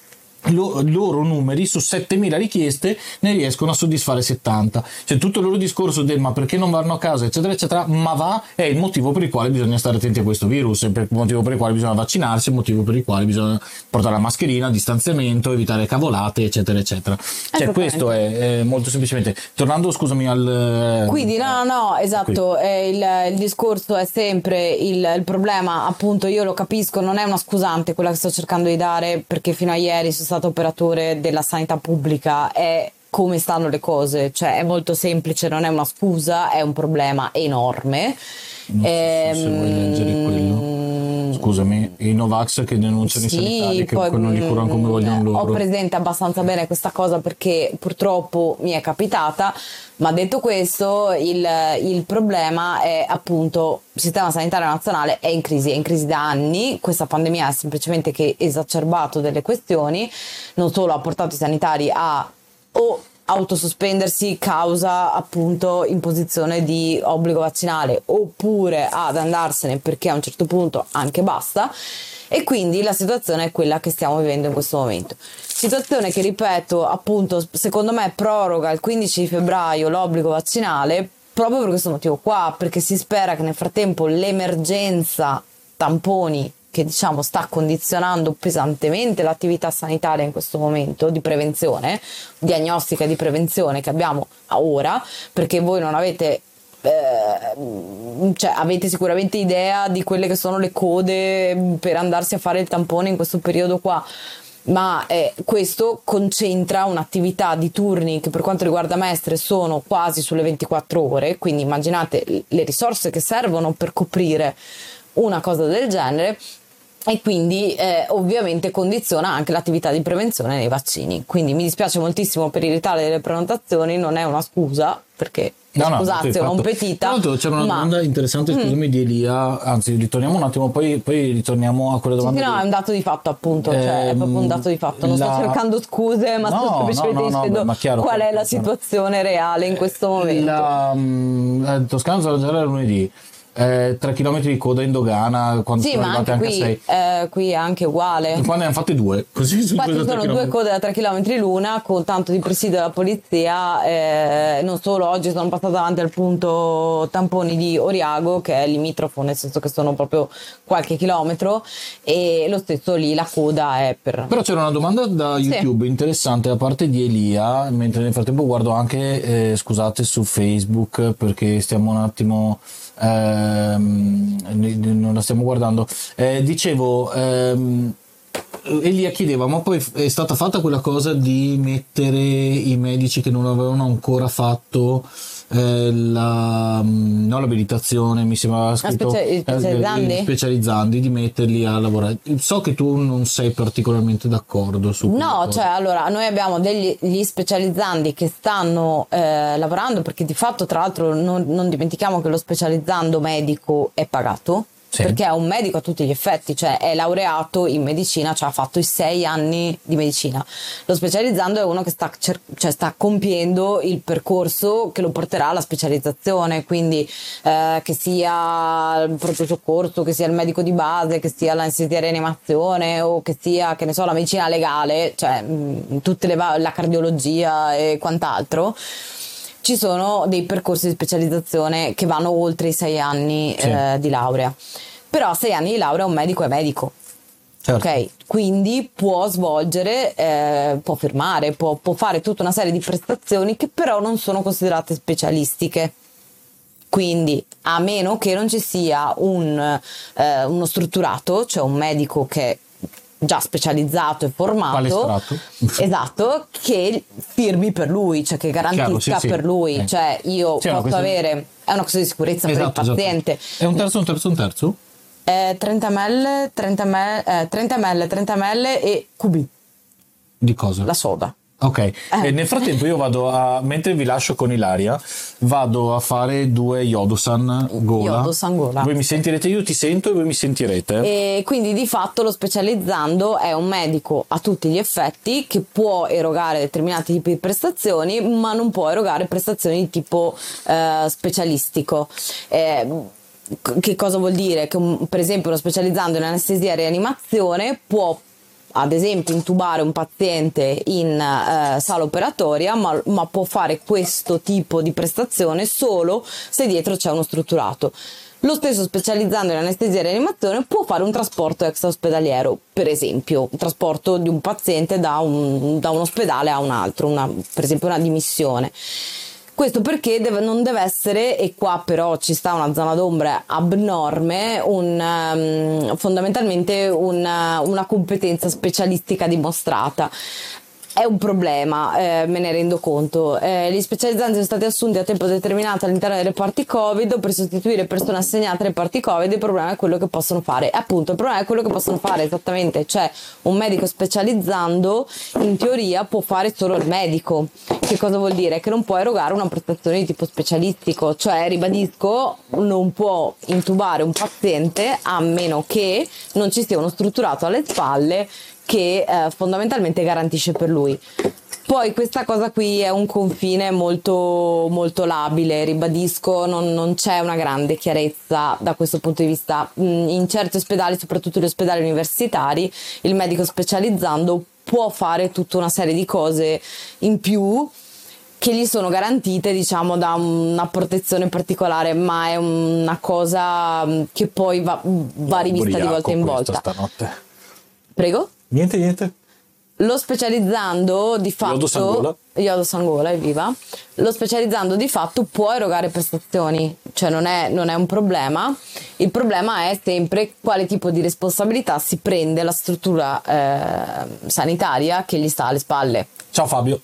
Lo, loro numeri su settemila richieste ne riescono a soddisfare settanta. Cioè tutto il loro discorso del ma perché non vanno a casa eccetera eccetera, ma va, è il motivo per il quale bisogna stare attenti a questo virus, è il motivo per il quale bisogna vaccinarsi, il motivo per il quale bisogna portare la mascherina, distanziamento, evitare cavolate eccetera eccetera. Cioè questo è, è molto semplicemente, tornando scusami al quindi no no no esatto, eh, il, il discorso è sempre il, il problema, appunto io lo capisco, non è una scusante quella che sto cercando di dare, perché fino a ieri sono stato operatore della sanità pubblica, è come stanno le cose, cioè è molto semplice, non è una scusa, è un problema enorme. Non ehm, so se vuoi leggere quello. Scusami, i Novax che denunciano sì, i sanitari che poi, non li curano come vogliono loro. Ho presente abbastanza bene questa cosa perché purtroppo mi è capitata, ma detto questo il, il problema è appunto il sistema sanitario nazionale è in crisi, è in crisi da anni, questa pandemia ha semplicemente che esacerbato delle questioni, non solo ha portato i sanitari a o autosospendersi causa appunto imposizione di obbligo vaccinale oppure ad andarsene perché a un certo punto anche basta, e quindi la situazione è quella che stiamo vivendo in questo momento, situazione che ripeto appunto secondo me proroga il quindici di febbraio l'obbligo vaccinale proprio per questo motivo qua, perché si spera che nel frattempo l'emergenza tamponi, che diciamo sta condizionando pesantemente l'attività sanitaria in questo momento di prevenzione, diagnostica e di prevenzione che abbiamo ora, perché voi non avete eh, cioè avete sicuramente idea di quelle che sono le code per andarsi a fare il tampone in questo periodo qua, ma eh, questo concentra un'attività di turni che per quanto riguarda Mestre sono quasi sulle ventiquattro ore, quindi immaginate le risorse che servono per coprire una cosa del genere, e quindi eh, ovviamente condiziona anche l'attività di prevenzione nei vaccini. Quindi mi dispiace moltissimo per il ritardo delle prenotazioni, non è una scusa perché no, no, scusate non petita. Tra l'altro c'era una ma... domanda interessante, scusami, mm. di Elia, anzi ritorniamo un attimo, poi, poi ritorniamo a quella domanda. Sì, no, di... è un dato di fatto appunto, eh, cioè è proprio un dato di fatto, non la... sto cercando scuse, ma no, sto semplicemente no, no, dicendo no, chiaro, qual chiaro, è la situazione reale in questo momento. La um, Toscana zero zero lunedì. Eh, tre chilometri di coda in dogana quando sì, sono ma anche, anche qui, a sei. Eh, qui è anche uguale. Quando ne hanno fatte due, così su Infatti sono chilometri. Due code da tre chilometri l'una con tanto di presidio della polizia, eh, non solo, oggi sono passata davanti al punto tamponi di Oriago che è limitrofo, nel senso che sono proprio qualche chilometro, e lo stesso lì la coda è per... Però c'era una domanda da YouTube sì. interessante da parte di Elia, mentre nel frattempo guardo anche eh, scusate su Facebook perché stiamo un attimo Ehm, non la stiamo guardando, eh, dicevo ehm, Elia chiedeva ma poi è stata fatta quella cosa di mettere i medici che non avevano ancora fatto eh, la, non l'abilitazione, mi sembrava scritto specia- specializzandi? Eh, specializzandi, di metterli a lavorare. So che tu non sei particolarmente d'accordo su no, cioè allora noi abbiamo degli gli specializzandi che stanno eh, lavorando, perché di fatto tra l'altro non, non dimentichiamo che lo specializzando medico è pagato. Sì. Perché è un medico a tutti gli effetti, cioè è laureato in medicina, cioè ha fatto i sei anni di medicina. Lo specializzando è uno che sta, cer- cioè sta compiendo il percorso che lo porterà alla specializzazione, quindi eh, che sia il pronto soccorso, che sia il medico di base, che sia l'anestesia e rianimazione, o che sia, che ne so, la medicina legale, cioè mh, tutte le va- la cardiologia e quant'altro. Ci sono dei percorsi di specializzazione che vanno oltre i sei anni sì. eh, di laurea, però a sei anni di laurea un medico è medico, certo. Ok, quindi può svolgere, eh, può firmare, può, può fare tutta una serie di prestazioni che però non sono considerate specialistiche. Quindi a meno che non ci sia un, eh, uno strutturato, cioè un medico che già specializzato e formato, esatto, che firmi per lui, cioè che garantisca Chiaro, sì, sì. per lui, eh. cioè io sì, posso avere, è una cosa di sicurezza esatto, per il paziente. Esatto. È un terzo, un terzo, un terzo? Eh, trenta millilitri, trenta millilitri, eh, trenta millilitri, trenta millilitri e cubi. Di cosa? La soda. Ok, eh. e nel frattempo io vado a, mentre vi lascio con Ilaria, vado a fare due Yodosan gola. Yodosan gola. Voi mi sentirete, io ti sento e voi mi sentirete. E quindi di fatto lo specializzando è un medico a tutti gli effetti che può erogare determinati tipi di prestazioni, ma non può erogare prestazioni di tipo eh, specialistico. Eh, che cosa vuol dire? Che un, per esempio lo specializzando in anestesia e rianimazione può ad esempio intubare un paziente in eh, sala operatoria, ma, ma può fare questo tipo di prestazione solo se dietro c'è uno strutturato. Lo stesso, specializzando in anestesia e rianimazione, può fare un trasporto extraospedaliero, per esempio un trasporto di un paziente da un, da un ospedale a un altro, una, per esempio una dimissione. Questo perché deve, non deve essere, e qua però ci sta una zona d'ombra abnorme, un, um, fondamentalmente una, una competenza specialistica dimostrata. È un problema, eh, me ne rendo conto. Eh, gli specializzanti sono stati assunti a tempo determinato all'interno dei reparti Covid per sostituire persone assegnate ai reparti Covid. Il problema è quello che possono fare. E appunto, il problema è quello che possono fare esattamente. Cioè, un medico specializzando, in teoria, può fare solo il medico. Che cosa vuol dire? Che non può erogare una prestazione di tipo specialistico. Cioè, ribadisco, non può intubare un paziente a meno che non ci sia uno strutturato alle spalle che eh, fondamentalmente garantisce per lui. Poi questa cosa qui è un confine molto molto labile, ribadisco, non, non c'è una grande chiarezza da questo punto di vista. In certi ospedali, soprattutto gli ospedali universitari, il medico specializzando può fare tutta una serie di cose in più che gli sono garantite, diciamo, da una protezione particolare, ma è una cosa che poi va, va rivista di volta in volta. Stanotte. Prego? Niente, niente. Lo specializzando di fatto Iodo Sangola. Iodo Sangola, evviva. Lo specializzando di fatto può erogare prestazioni, cioè non è, non è un problema. Il problema è sempre quale tipo di responsabilità si prende la struttura eh, sanitaria che gli sta alle spalle. Ciao Fabio.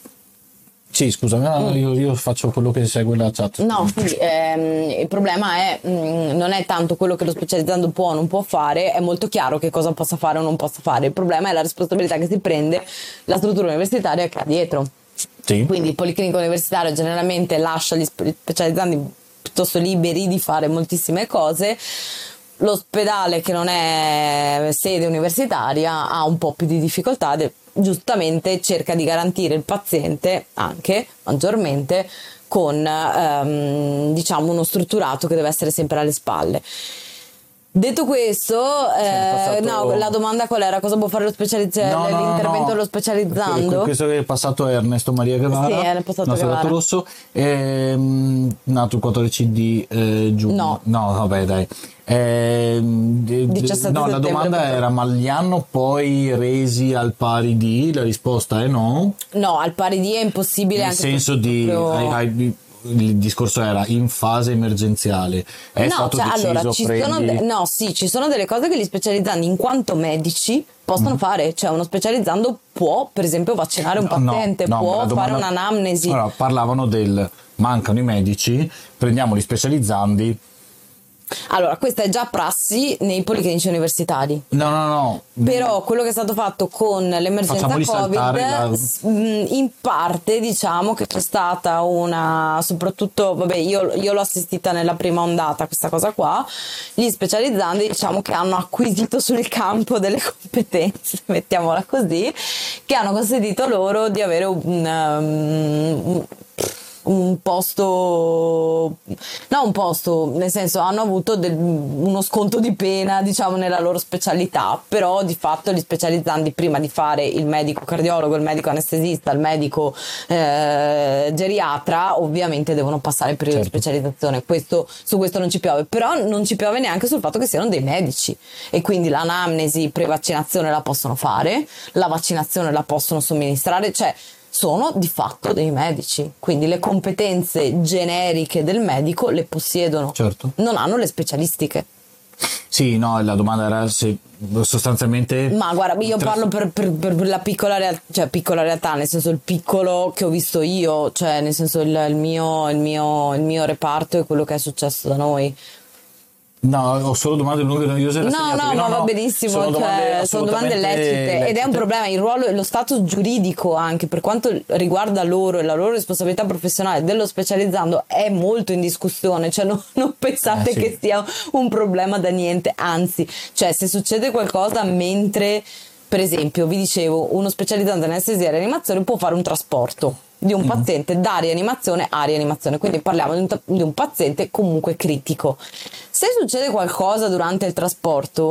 Sì, scusami, no, io, io faccio quello che segue la chat. No, quindi, ehm, il problema è mh, non è tanto quello che lo specializzando può o non può fare, è molto chiaro che cosa possa fare o non possa fare. Il problema è la responsabilità che si prende la struttura universitaria che ha dietro. Sì. Quindi il policlinico universitario generalmente lascia gli specializzandi piuttosto liberi di fare moltissime cose. L'ospedale che non è sede universitaria ha un po' più di difficoltà, de- giustamente cerca di garantire il paziente anche maggiormente con ehm, diciamo uno strutturato che deve essere sempre alle spalle. Detto questo, eh, passato... no, la domanda qual era? Cosa può fare lo specializzando? No, no, l'intervento no, dello specializzando? Questo che è passato è Ernesto Maria Guevara, sì, è passato nostro Guevara. gatto rosso, è nato il quattordici di eh, giugno. No. no, vabbè, dai. Eh, diciassette no, la domanda settembre. era: ma li hanno poi resi al pari di? La risposta è no. No, al pari di è impossibile. Nel anche senso di proprio... hai, hai, il discorso era in fase emergenziale, è no, stato cioè, deciso allora, ci prendi... sono de- no, sì, ci sono delle cose che gli specializzandi in quanto medici possono mm. fare, cioè uno specializzando può per esempio vaccinare un no, paziente, no, può domanda... fare un'anamnesi. Allora, parlavano del mancano i medici, prendiamo gli specializzandi. Allora, questa è già prassi nei policlinici universitari. No, no, no. Però quello che è stato fatto con l'emergenza Facciamoli Covid, la... in parte diciamo che c'è stata una, soprattutto, vabbè, io, io l'ho assistita nella prima ondata questa cosa qua, gli specializzandi diciamo che hanno acquisito sul campo delle competenze, mettiamola così, che hanno consentito loro di avere un... Um, un posto, no un posto, nel senso hanno avuto del, uno sconto di pena diciamo nella loro specialità, però di fatto gli specializzandi prima di fare il medico cardiologo, il medico anestesista, il medico eh, geriatra ovviamente devono passare il periodo certo. di specializzazione. Questo, su questo non ci piove, però non ci piove neanche sul fatto che siano dei medici e quindi l'anamnesi pre-vaccinazione la possono fare, la vaccinazione la possono somministrare, cioè sono di fatto dei medici, quindi le competenze generiche del medico le possiedono, certo. non hanno le specialistiche. Sì, no, la domanda era se sostanzialmente... Ma guarda, io parlo per, per, per la piccola realtà, cioè piccola realtà, nel senso il piccolo che ho visto io, cioè nel senso il, il, mio, il, mio, il mio reparto e quello che è successo da noi. No, ho solo domande lunghe e noiose. No, no, ma va benissimo, sono, cioè, domande, sono domande lecite, lecite ed è un problema, il ruolo e lo status giuridico anche per quanto riguarda loro e la loro responsabilità professionale dello specializzando è molto in discussione, cioè non, non pensate eh, sì. che sia un problema da niente, anzi, cioè se succede qualcosa mentre, per esempio, vi dicevo, uno specializzante in anestesia e rianimazione può fare un trasporto di un paziente da rianimazione a rianimazione, quindi parliamo di un, t- di un paziente comunque critico. Se succede qualcosa durante il trasporto,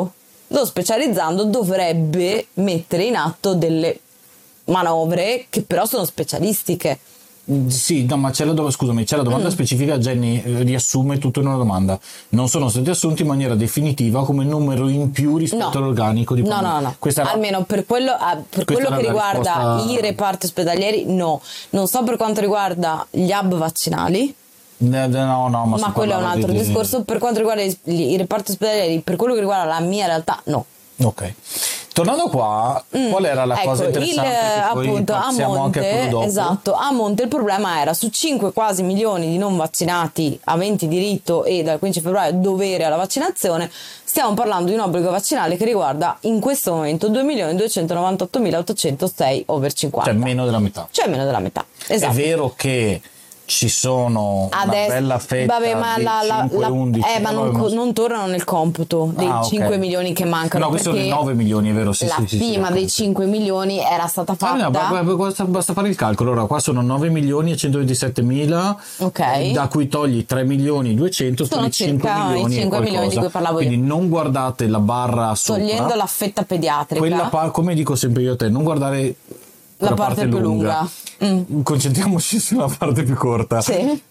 lo specializzando dovrebbe mettere in atto delle manovre che però sono specialistiche. Sì, no, ma c'è la, do- scusami, c'è la domanda Mm. specifica. Jenny eh, riassume tutto in una domanda. Non sono stati assunti in maniera definitiva come numero in più rispetto No. all'organico di No, pandemia. no, no. Questa era- Almeno per quello, ah, per Questa quello era che la riguarda risposta- i reparti ospedalieri, no. Non so per quanto riguarda gli hub vaccinali, No, no, no, ma, ma si quello è un parlava altro di- discorso. Per quanto riguarda i, i reparti ospedalieri, per quello che riguarda la mia realtà, no. Ok. Tornando qua, qual era la Ecco, cosa il, interessante? che poi appunto a passiamo anche a quello monte, dopo? esatto, a monte il problema era su cinque quasi milioni di non vaccinati aventi diritto e dal quindici febbraio dovere alla vaccinazione, stiamo parlando di un obbligo vaccinale che riguarda in questo momento due milioni duecentonovantaottomilaottocentosei over cinquanta, Cioè meno della metà. cioè meno della metà. Esatto. È vero che ci sono Adesso, una bella fetta vabbè, ma di la, la, cinque, la- undici, eh, ma non, vabbè, ma- non tornano nel computo dei Ah, ok. cinque milioni che mancano. No, questo sono perché i nove milioni, è vero? Sì, la sì, sì, sì, stima ok, dei sì. cinque milioni era stata Ah, fatta. no, ba- ba- basta, basta fare il calcolo. Allora, qua sono nove milioni e centoventisette mila, Ok. da cui togli tre milioni e duecento, sono, Sono i cinque circa i milioni e cinque milioni di qualcosa. cui parlavo io. Quindi non guardate la barra sopra, Togliendo la fetta pediatrica, quella pa- come dico sempre io a te, non guardare la quella parte più lunga. Mm. Concentriamoci sulla parte più corta. Sì.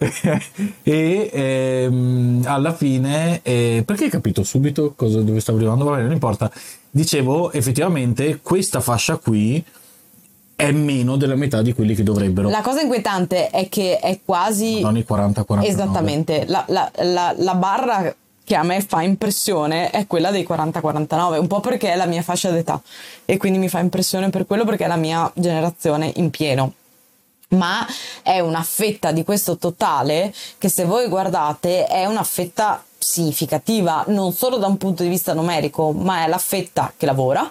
E ehm, alla fine, eh, perché hai capito subito cosa, dove stavo arrivando? Vabbè, non importa. Dicevo, effettivamente, questa fascia qui è meno della metà di quelli che dovrebbero. La cosa inquietante è che è quasi Non i quaranta quarantanove. esattamente la, la, la, la barra che a me fa impressione è quella dei quaranta quarantanove, un po' perché è la mia fascia d'età e quindi mi fa impressione per quello, perché è la mia generazione in pieno. Ma è una fetta di questo totale che, se voi guardate, è una fetta significativa non solo da un punto di vista numerico, ma è la fetta che lavora,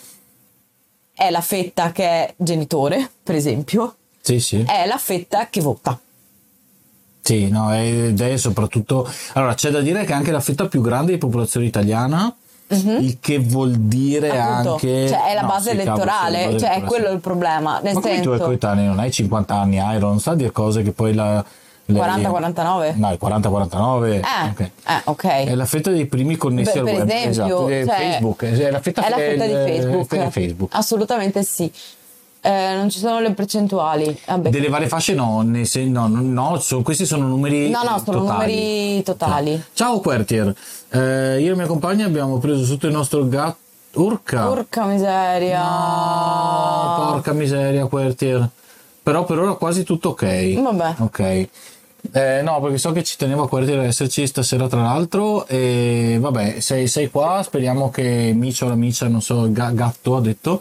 è la fetta che è genitore, per esempio, Sì, sì. è la fetta che vota. Sì, no, ed è soprattutto... Allora, c'è da dire che è anche la fetta più grande di popolazione italiana, il che vuol dire Appunto, anche... cioè è la no, base sì, cavolo, elettorale, sì, la base cioè è elettorale, quello sì. il problema, nel Ma come i tuoi senso coetanei non hai cinquanta anni, Iron, non sa dire cose che poi la... le- quaranta quarantanove? No, il quaranta quarantanove. Eh, ok. eh, ok. È la fetta dei primi connessi Beh, al per web, esempio, esatto, è cioè, Facebook, è la fetta, è la fetta di il- Facebook. fetta di Facebook. Assolutamente sì. Eh, non ci sono le percentuali. Vabbè. Delle varie fasce no, nel sen- no, no, no, sono- questi sono numeri No, no, sono totali. numeri totali. Ciao Quartier, eh, io e la mia compagna abbiamo preso sotto il nostro gatto. Urca! Porca miseria. No, porca miseria, Quartier. Però per ora quasi tutto ok. Vabbè. Ok. Eh, no, perché so che ci tenevo a Quartier a esserci stasera, tra l'altro. E vabbè, sei, sei qua. Speriamo che Micio, la Micia, non so, ga- gatto ha detto.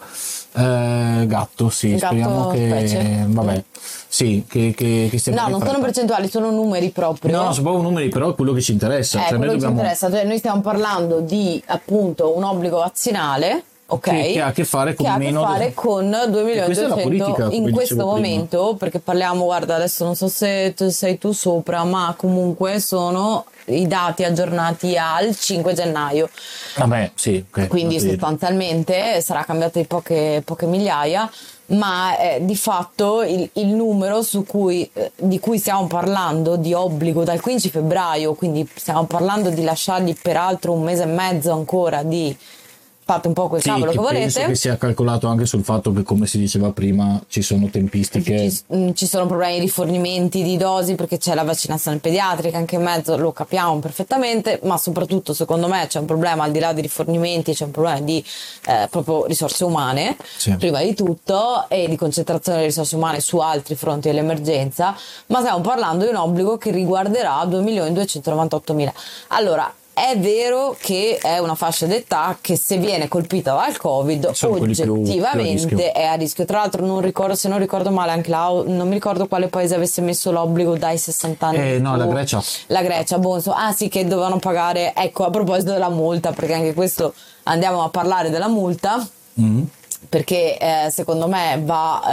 Eh, gatto, sì. Gatto speriamo che. specie. Vabbè, sì, che, che, che stia No, bene non sono fretta. percentuali, sono numeri proprio. No, sono proprio numeri, però è quello che ci interessa. Eh, Cioè, quello noi che dobbiamo. ci interessa, cioè noi stiamo parlando di appunto un obbligo vaccinale, ok? Che- che ha a che fare con che ha a meno che fare del- con due milioni E questa è la duecento politica, come in dicevo questo prima. momento, perché parliamo, guarda, adesso non so se tu sei tu sopra, ma comunque sono i dati aggiornati al cinque gennaio. Vabbè, sì, ok. Quindi va bene. sostanzialmente sarà cambiato di poche, poche migliaia, ma eh, di fatto il, il numero su cui, eh, di cui stiamo parlando di obbligo dal quindici febbraio, quindi stiamo parlando di lasciargli peraltro un mese e mezzo ancora di fate un po' quel Sì, cavolo che penso volete. che sia calcolato anche sul fatto che, come si diceva prima, ci sono tempistiche. Ci, mm, ci sono problemi di fornimenti di dosi perché c'è la vaccinazione pediatrica anche in mezzo, lo capiamo perfettamente, ma soprattutto secondo me c'è un problema, al di là di rifornimenti, c'è un problema di eh, proprio risorse umane, Sì. prima di tutto, e di concentrazione delle risorse umane su altri fronti dell'emergenza, ma stiamo parlando di un obbligo che riguarderà due milioni duecentonovantaottomila. Allora, è vero che è una fascia d'età che, se viene colpita dal Covid, Sono quelli più- più a rischio. oggettivamente è a rischio. Tra l'altro non ricordo, se non ricordo male, anche la, non mi ricordo quale paese avesse messo l'obbligo dai sessanta anni. Eh, no, in la su. Grecia. La Grecia, Bonso. Ah sì, che dovevano pagare. Ecco, a proposito della multa, perché anche questo andiamo a parlare della multa. Mm. Perché eh, secondo me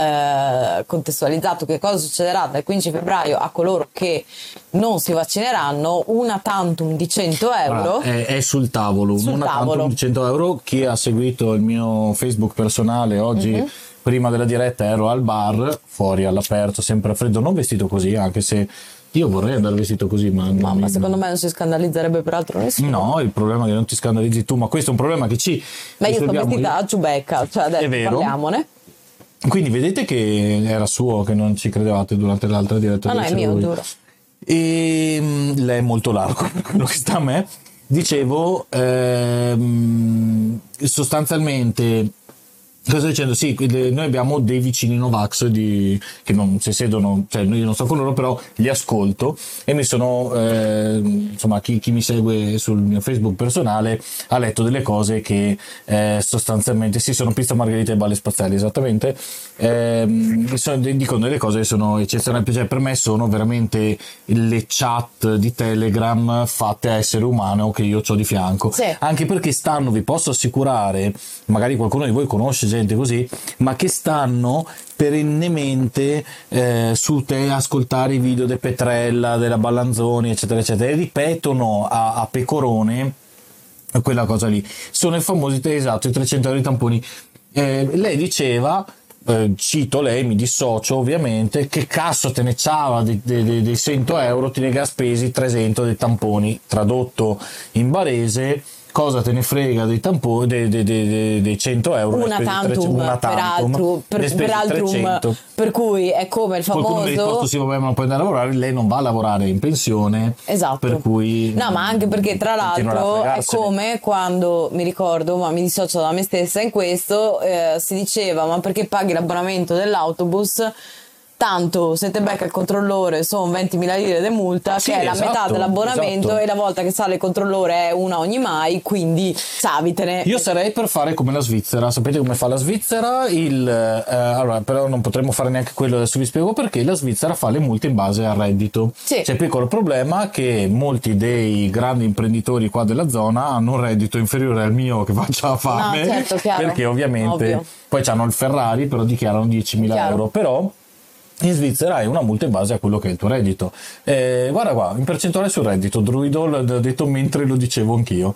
va eh, contestualizzato che cosa succederà dal quindici febbraio a coloro che non si vaccineranno. Una tantum di cento euro. Guarda, è, è sul tavolo, Sul non a tavolo. tanto di cento euro. Chi ha seguito il mio Facebook personale oggi Mhm. prima della diretta ero al bar, fuori all'aperto, sempre a freddo, non vestito così, anche se io vorrei andare vestito così, ma... Ma, non ma mi- secondo me non si scandalizzerebbe peraltro nessuno. No, il problema è che non ti scandalizzi tu, ma questo è un problema che ci... Ma io sto risolviamo vestita io- a ciubecca, cioè adesso È vero. parliamone. Quindi vedete che era suo, che non ci credevate durante l'altra diretta. No, no, di è essere mio, lui. giuro. E mm, lei è molto largo per quello che sta a me. Dicevo, ehm, sostanzialmente, cosa sto dicendo? Sì, quindi noi abbiamo dei vicini Novax di, che non si sedono, cioè io non sto con loro, però li ascolto e mi sono, eh, insomma, chi, chi mi segue sul mio Facebook personale ha letto delle cose che eh, sostanzialmente, sì, sono pizza margherita e balle spaziali, esattamente, ehm, sono- dicono delle cose che sono eccezionali, cioè per me sono veramente le chat di Telegram fatte a essere umano che io ho di fianco, Sì. anche perché stanno, vi posso assicurare, magari qualcuno di voi conosce gente così, ma che stanno perennemente eh, su te a ascoltare i video de Petrella, della Ballanzoni, eccetera, eccetera, e ripetono a, a pecorone quella cosa lì. Sono i famosi, esatto, i trecento euro di tamponi. Eh, lei diceva, eh, cito lei, mi dissocio ovviamente, che cazzo te ne c'ava dei, dei, dei cento euro, te ne ha spesi trecento dei tamponi, tradotto in barese. Cosa te ne frega dei tamponi, dei, dei, dei, dei cento euro? ne Una spesi tantum, trecento, una tantum, peraltro, ne per, spesi peraltrum, trecento. per cui è come il Qualcuno mi ha risposto famoso. sì, vabbè, ma non puoi andare a lavorare, lei non va a lavorare, è in pensione, Esatto. per cui No, ma anche perché tra continuerà a l'altro è fregarsene. come quando mi ricordo, ma mi dissocio da me stessa in questo, eh, si diceva ma perché paghi l'abbonamento dell'autobus? Tanto se te becca il controllore sono ventimila lire di multa, Sì, che è la esatto, metà dell'abbonamento, esatto. e la volta che sale il controllore è una ogni mai, quindi savitene. Io sarei per fare come la Svizzera. Sapete come fa la Svizzera? Il, eh, allora, però non potremmo fare neanche quello, adesso vi spiego perché. La Svizzera fa le multe in base al reddito. Sì. C'è il piccolo problema che molti dei grandi imprenditori qua della zona hanno un reddito inferiore al mio, che faccia fame, No, certo, chiaro. perché ovviamente Ovvio. poi hanno il Ferrari, però dichiarano diecimila Chiaro. euro. Però in Svizzera hai una multa in base a quello che è il tuo reddito. Eh, guarda qua, in percentuale sul reddito, Druido l'ha detto mentre lo dicevo anch'io.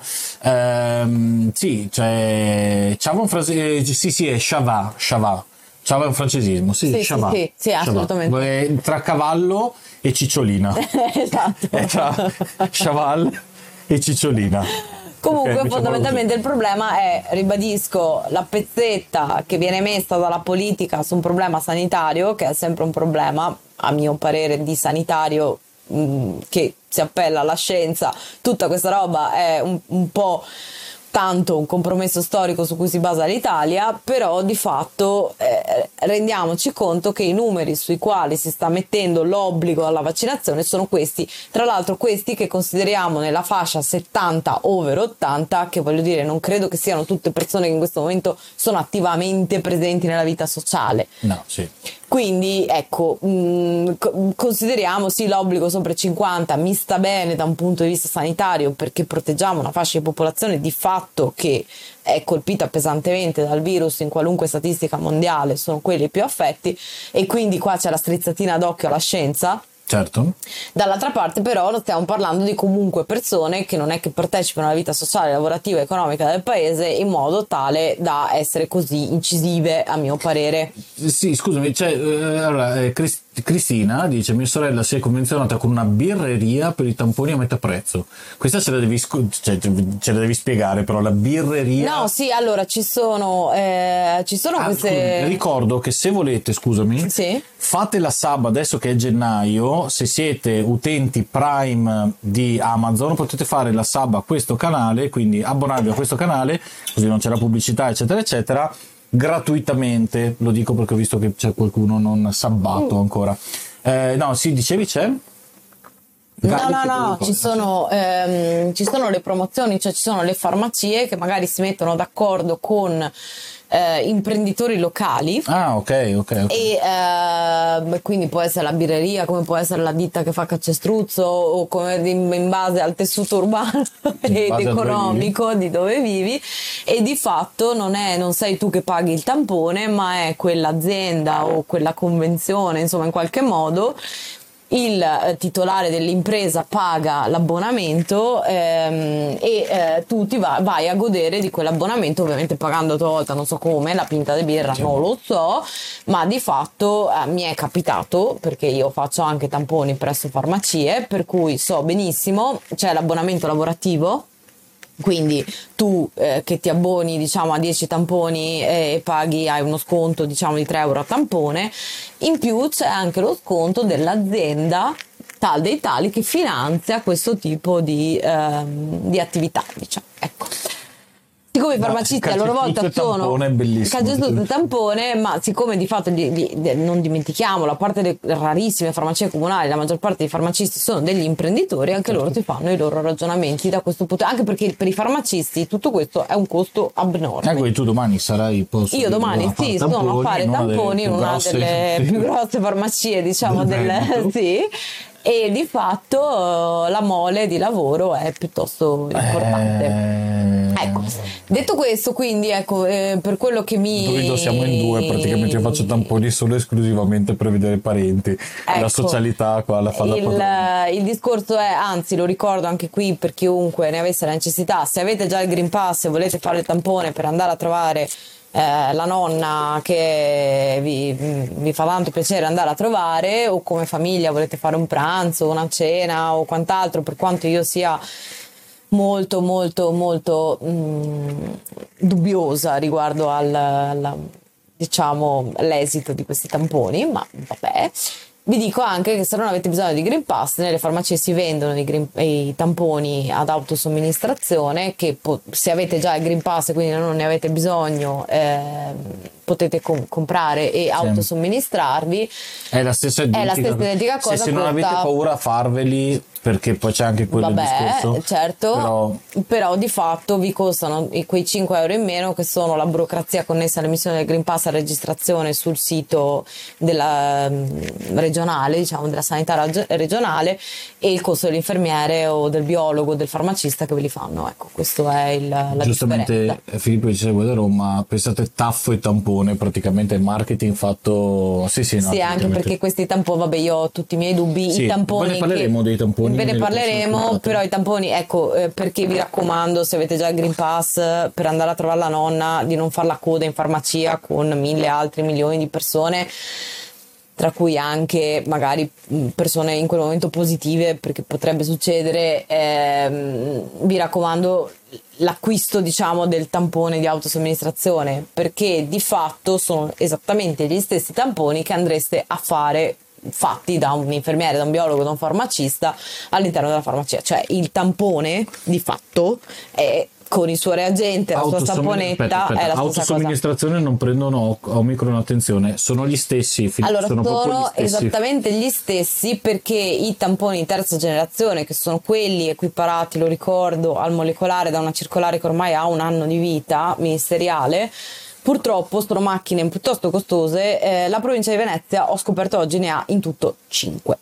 Ehm, sì, cioè, c'ava un frase, eh, sì, sì, è Chavat, Chavat. Chavat è un francesismo, sì, Sì, sì, Chavat. sì, sì, Chavat. assolutamente. Eh, Tra cavallo e cicciolina. Esatto. È tra Chaval e cicciolina. Comunque, Ok, diciamo fondamentalmente il problema è, ribadisco, la pezzetta che viene messa dalla politica su un problema sanitario, che è sempre un problema, a mio parere, di sanitario, mh, che si appella alla scienza. Tutta questa roba è un, un po' tanto un compromesso storico su cui si basa l'Italia, però di fatto eh, rendiamoci conto che i numeri sui quali si sta mettendo l'obbligo alla vaccinazione sono questi, tra l'altro questi che consideriamo nella fascia settanta over ottanta, che voglio dire non credo che siano tutte persone che in questo momento sono attivamente presenti nella vita sociale. No, sì. Quindi ecco, mh, co- consideriamo sì l'obbligo sopra i cinquanta, mi sta bene da un punto di vista sanitario perché proteggiamo una fascia di popolazione di fatto che è colpita pesantemente dal virus in qualunque statistica mondiale, sono quelli più affetti, e quindi qua c'è la strizzatina d'occhio alla scienza. Certo. Dall'altra parte però lo stiamo parlando di comunque persone che non è che partecipano alla vita sociale, lavorativa e economica del paese in modo tale da essere così incisive, a mio parere. Sì, scusami, cioè, eh, allora, eh, Cris- Cristina dice: mia sorella si è convenzionata con una birreria per i tamponi a metà prezzo. Questa ce la devi, scu- cioè, ce la devi spiegare, però la birreria. No, sì, allora ci sono, eh, ci sono Ah, queste. scusami, ricordo che se volete, scusami, Sì. fate la sub adesso che è gennaio. Se siete utenti Prime di Amazon, potete fare la sub a questo canale, quindi abbonarvi a questo canale, così non c'è la pubblicità, eccetera, eccetera, gratuitamente. Lo dico perché ho visto che c'è qualcuno non sabbato ancora. Eh, no, sì, dicevi c'è? No, Garlic no, e no, quelle ci cose. sono, ehm, ci sono le promozioni, cioè ci sono le farmacie che magari si mettono d'accordo con eh, imprenditori locali. Ah, ok, ok, ok. E eh, quindi può essere la birreria, come può essere la ditta che fa calcestruzzo, o come in, in base al tessuto urbano ed base a dove economico di dove vivi, e di fatto non è, non sei tu che paghi il tampone, ma è quell'azienda o quella convenzione, insomma, in qualche modo il eh, titolare dell'impresa paga l'abbonamento ehm, e eh, tu ti va, vai a godere di quell'abbonamento, ovviamente pagando a tua volta, non so come, la pinta di birra non lo so, ma di fatto eh, mi è capitato, perché io faccio anche tamponi presso farmacie, per cui so benissimo, c'è l'abbonamento lavorativo. Quindi tu eh, che ti abboni diciamo a dieci tamponi e paghi, hai uno sconto diciamo di tre euro a tampone, in più c'è anche lo sconto dell'azienda tal dei tali che finanzia questo tipo di, ehm, di attività, diciamo, ecco. Siccome i farmacisti a loro volta sono calcio tutto il tampone, ma siccome di fatto di, di, di, non dimentichiamolo, a parte le rarissime farmacie comunali, la maggior parte dei farmacisti sono degli imprenditori, anche certo. loro ti fanno i loro ragionamenti da questo punto, anche perché per i farmacisti tutto questo è un costo abnorme. Ecco, tu domani sarai posto io domani sì sono a fare tamponi in una grosse, delle sì. più grosse farmacie diciamo del, del sì. E di fatto la mole di lavoro è piuttosto importante. Eh... Ecco, detto questo, quindi ecco, eh, per quello che mi... Noi siamo in due, praticamente io faccio tamponi solo esclusivamente per vedere parenti. Ecco, la socialità qua la fa da padrone. Il discorso è, anzi lo ricordo anche qui per chiunque ne avesse la necessità, se avete già il Green Pass e volete fare il tampone per andare a trovare Eh, la nonna che vi, vi fa tanto piacere andare a trovare, o come famiglia volete fare un pranzo, una cena o quant'altro, per quanto io sia molto molto molto mh, dubbiosa riguardo al, al diciamo l'esito di questi tamponi, ma vabbè. Vi dico anche che se non avete bisogno di Green Pass, nelle farmacie si vendono i, green, i tamponi ad autosomministrazione che po- se avete già il Green Pass e quindi non ne avete bisogno eh, potete com- comprare e sì. autosomministrarvi. È la stessa identica, è la stessa identica cosa. Se, se non avete paura a farveli, perché poi c'è anche quello Vabbè, discorso. Certo, però... però di fatto vi costano quei cinque euro in meno, che sono la burocrazia connessa all'emissione del Green Pass, a registrazione sul sito della regionale, diciamo della sanità rag- regionale, e il costo dell'infermiere o del biologo o del farmacista che ve li fanno. Ecco, questo è il, la giustamente differenza. Filippo ci segue da Roma, pensate taffo e tampone, praticamente il marketing fatto sì sì, no, sì anche perché questi tamponi, vabbè, io ho tutti i miei dubbi, sì, i tamponi poi ne parleremo che... dei tamponi. Ve ne parleremo, però i tamponi, ecco, eh, perché vi raccomando, se avete già il Green Pass, per andare a trovare la nonna, di non fare la coda in farmacia con mille altri milioni di persone, tra cui anche magari persone in quel momento positive, perché potrebbe succedere. Ehm, vi raccomando l'acquisto, diciamo, del tampone di autosomministrazione, perché di fatto sono esattamente gli stessi tamponi che andreste a fare fatti da un infermiere, da un biologo, da un farmacista all'interno della farmacia. Cioè il tampone di fatto è con il suo reagente, la sua tamponetta, aspetta, aspetta. è la stessa autosomministrazione cosa. Non prendono Omicron, attenzione, sono gli stessi. Allora sono, sono gli stessi. Esattamente gli stessi, perché i tamponi di terza generazione, che sono quelli equiparati, lo ricordo, al molecolare, da una circolare che ormai ha un anno di vita ministeriale, purtroppo sono macchine piuttosto costose. Eh, la provincia di Venezia, ho scoperto oggi, ne ha in tutto cinque.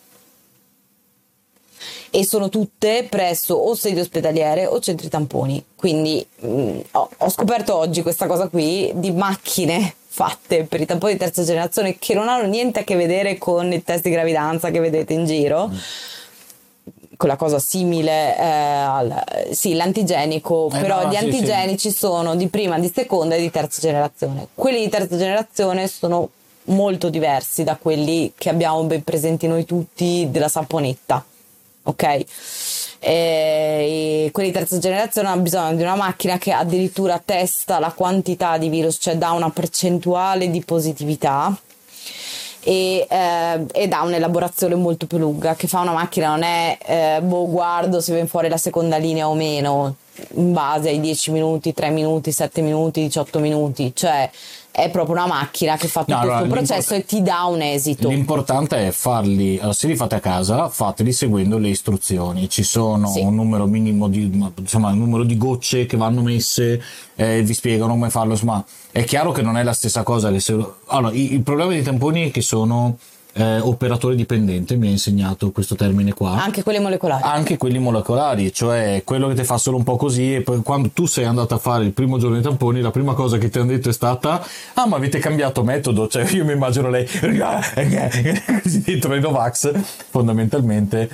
E sono tutte presso o sedi ospedaliere o centri tamponi. Quindi mh, ho, ho scoperto oggi questa cosa qui di macchine fatte per i tamponi di terza generazione che non hanno niente a che vedere con il test di gravidanza che vedete in giro. Mm. Quella cosa simile eh, al sì, l'antigenico, eh però no, gli sì, antigenici sì. sono di prima, di seconda e di terza generazione. Quelli di terza generazione sono molto diversi da quelli che abbiamo ben presenti noi tutti della saponetta, ok? E, e quelli di terza generazione hanno bisogno di una macchina che addirittura testa la quantità di virus, cioè dà una percentuale di positività. E, eh, ed ha un'elaborazione molto più lunga, che fa una macchina non è eh, boh, guardo se viene fuori la seconda linea o meno in base ai dieci minuti, tre minuti, sette minuti, diciotto minuti, cioè è proprio una macchina che fa tutto no, questo allora, processo e ti dà un esito. L'importante è farli, se li fate a casa, fateli seguendo le istruzioni. Ci sono sì. un numero minimo di, insomma, un numero di gocce che vanno messe, eh, vi spiegano come farlo, ma è chiaro che non è la stessa cosa che se... Allora, il problema dei tamponi è che sono eh, operatore dipendente, mi ha insegnato questo termine qua. Anche quelli molecolari. Anche quelli molecolari, cioè quello che ti fa solo un po' così, e poi quando tu sei andato a fare il primo giorno dei tamponi, la prima cosa che ti hanno detto è stata: ah, ma avete cambiato metodo? Cioè io mi immagino lei così dentro i Novax, fondamentalmente.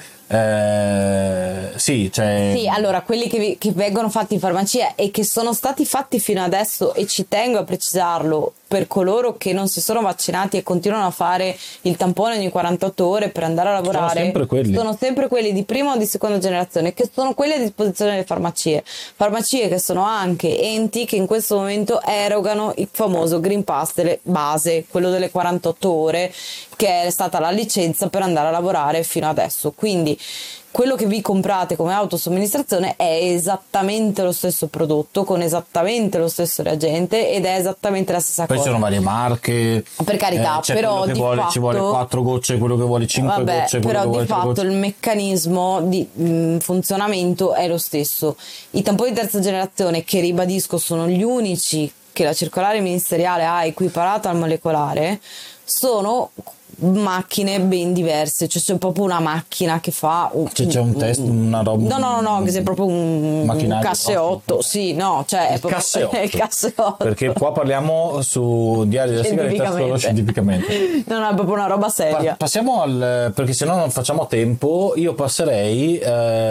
Eh, sì, cioè... Sì, allora quelli che, vi- che vengono fatti in farmacia e che sono stati fatti fino adesso, e ci tengo a precisarlo, per coloro che non si sono vaccinati e continuano a fare il tampone ogni quarantotto ore per andare a lavorare, sono sempre quelli, sono sempre quelli di prima o di seconda generazione, che sono quelli a disposizione delle farmacie. Farmacie che sono anche enti che in questo momento erogano il famoso Green Pass delle base, quello delle quarantotto ore, che è stata la licenza per andare a lavorare fino adesso. Quindi quello che vi comprate come autosomministrazione è esattamente lo stesso prodotto, con esattamente lo stesso reagente, ed è esattamente la stessa Poi cosa. ci sono varie marche, Per carità, eh, c'è però quello che di vuole, fatto, ci vuole quattro gocce, quello che vuole cinque vabbè, gocce, quello però che di vuole tre fatto gocce. il meccanismo di mh, funzionamento è lo stesso. I tamponi di terza generazione, che ribadisco sono gli unici che la circolare ministeriale ha equiparato al molecolare, sono macchine ben diverse, cioè c'è proprio una macchina che fa un, Cioè, c'è un test, una roba, no no no no che sia proprio un, un macchinario, casseotto, no? sì, no, cioè è Il proprio casseotto. il casseotto, Perché qua parliamo su Diario della Sigaretta solo scientificamente. no no, è proprio una roba seria. Pa- passiamo al, perché se no non facciamo tempo. Io passerei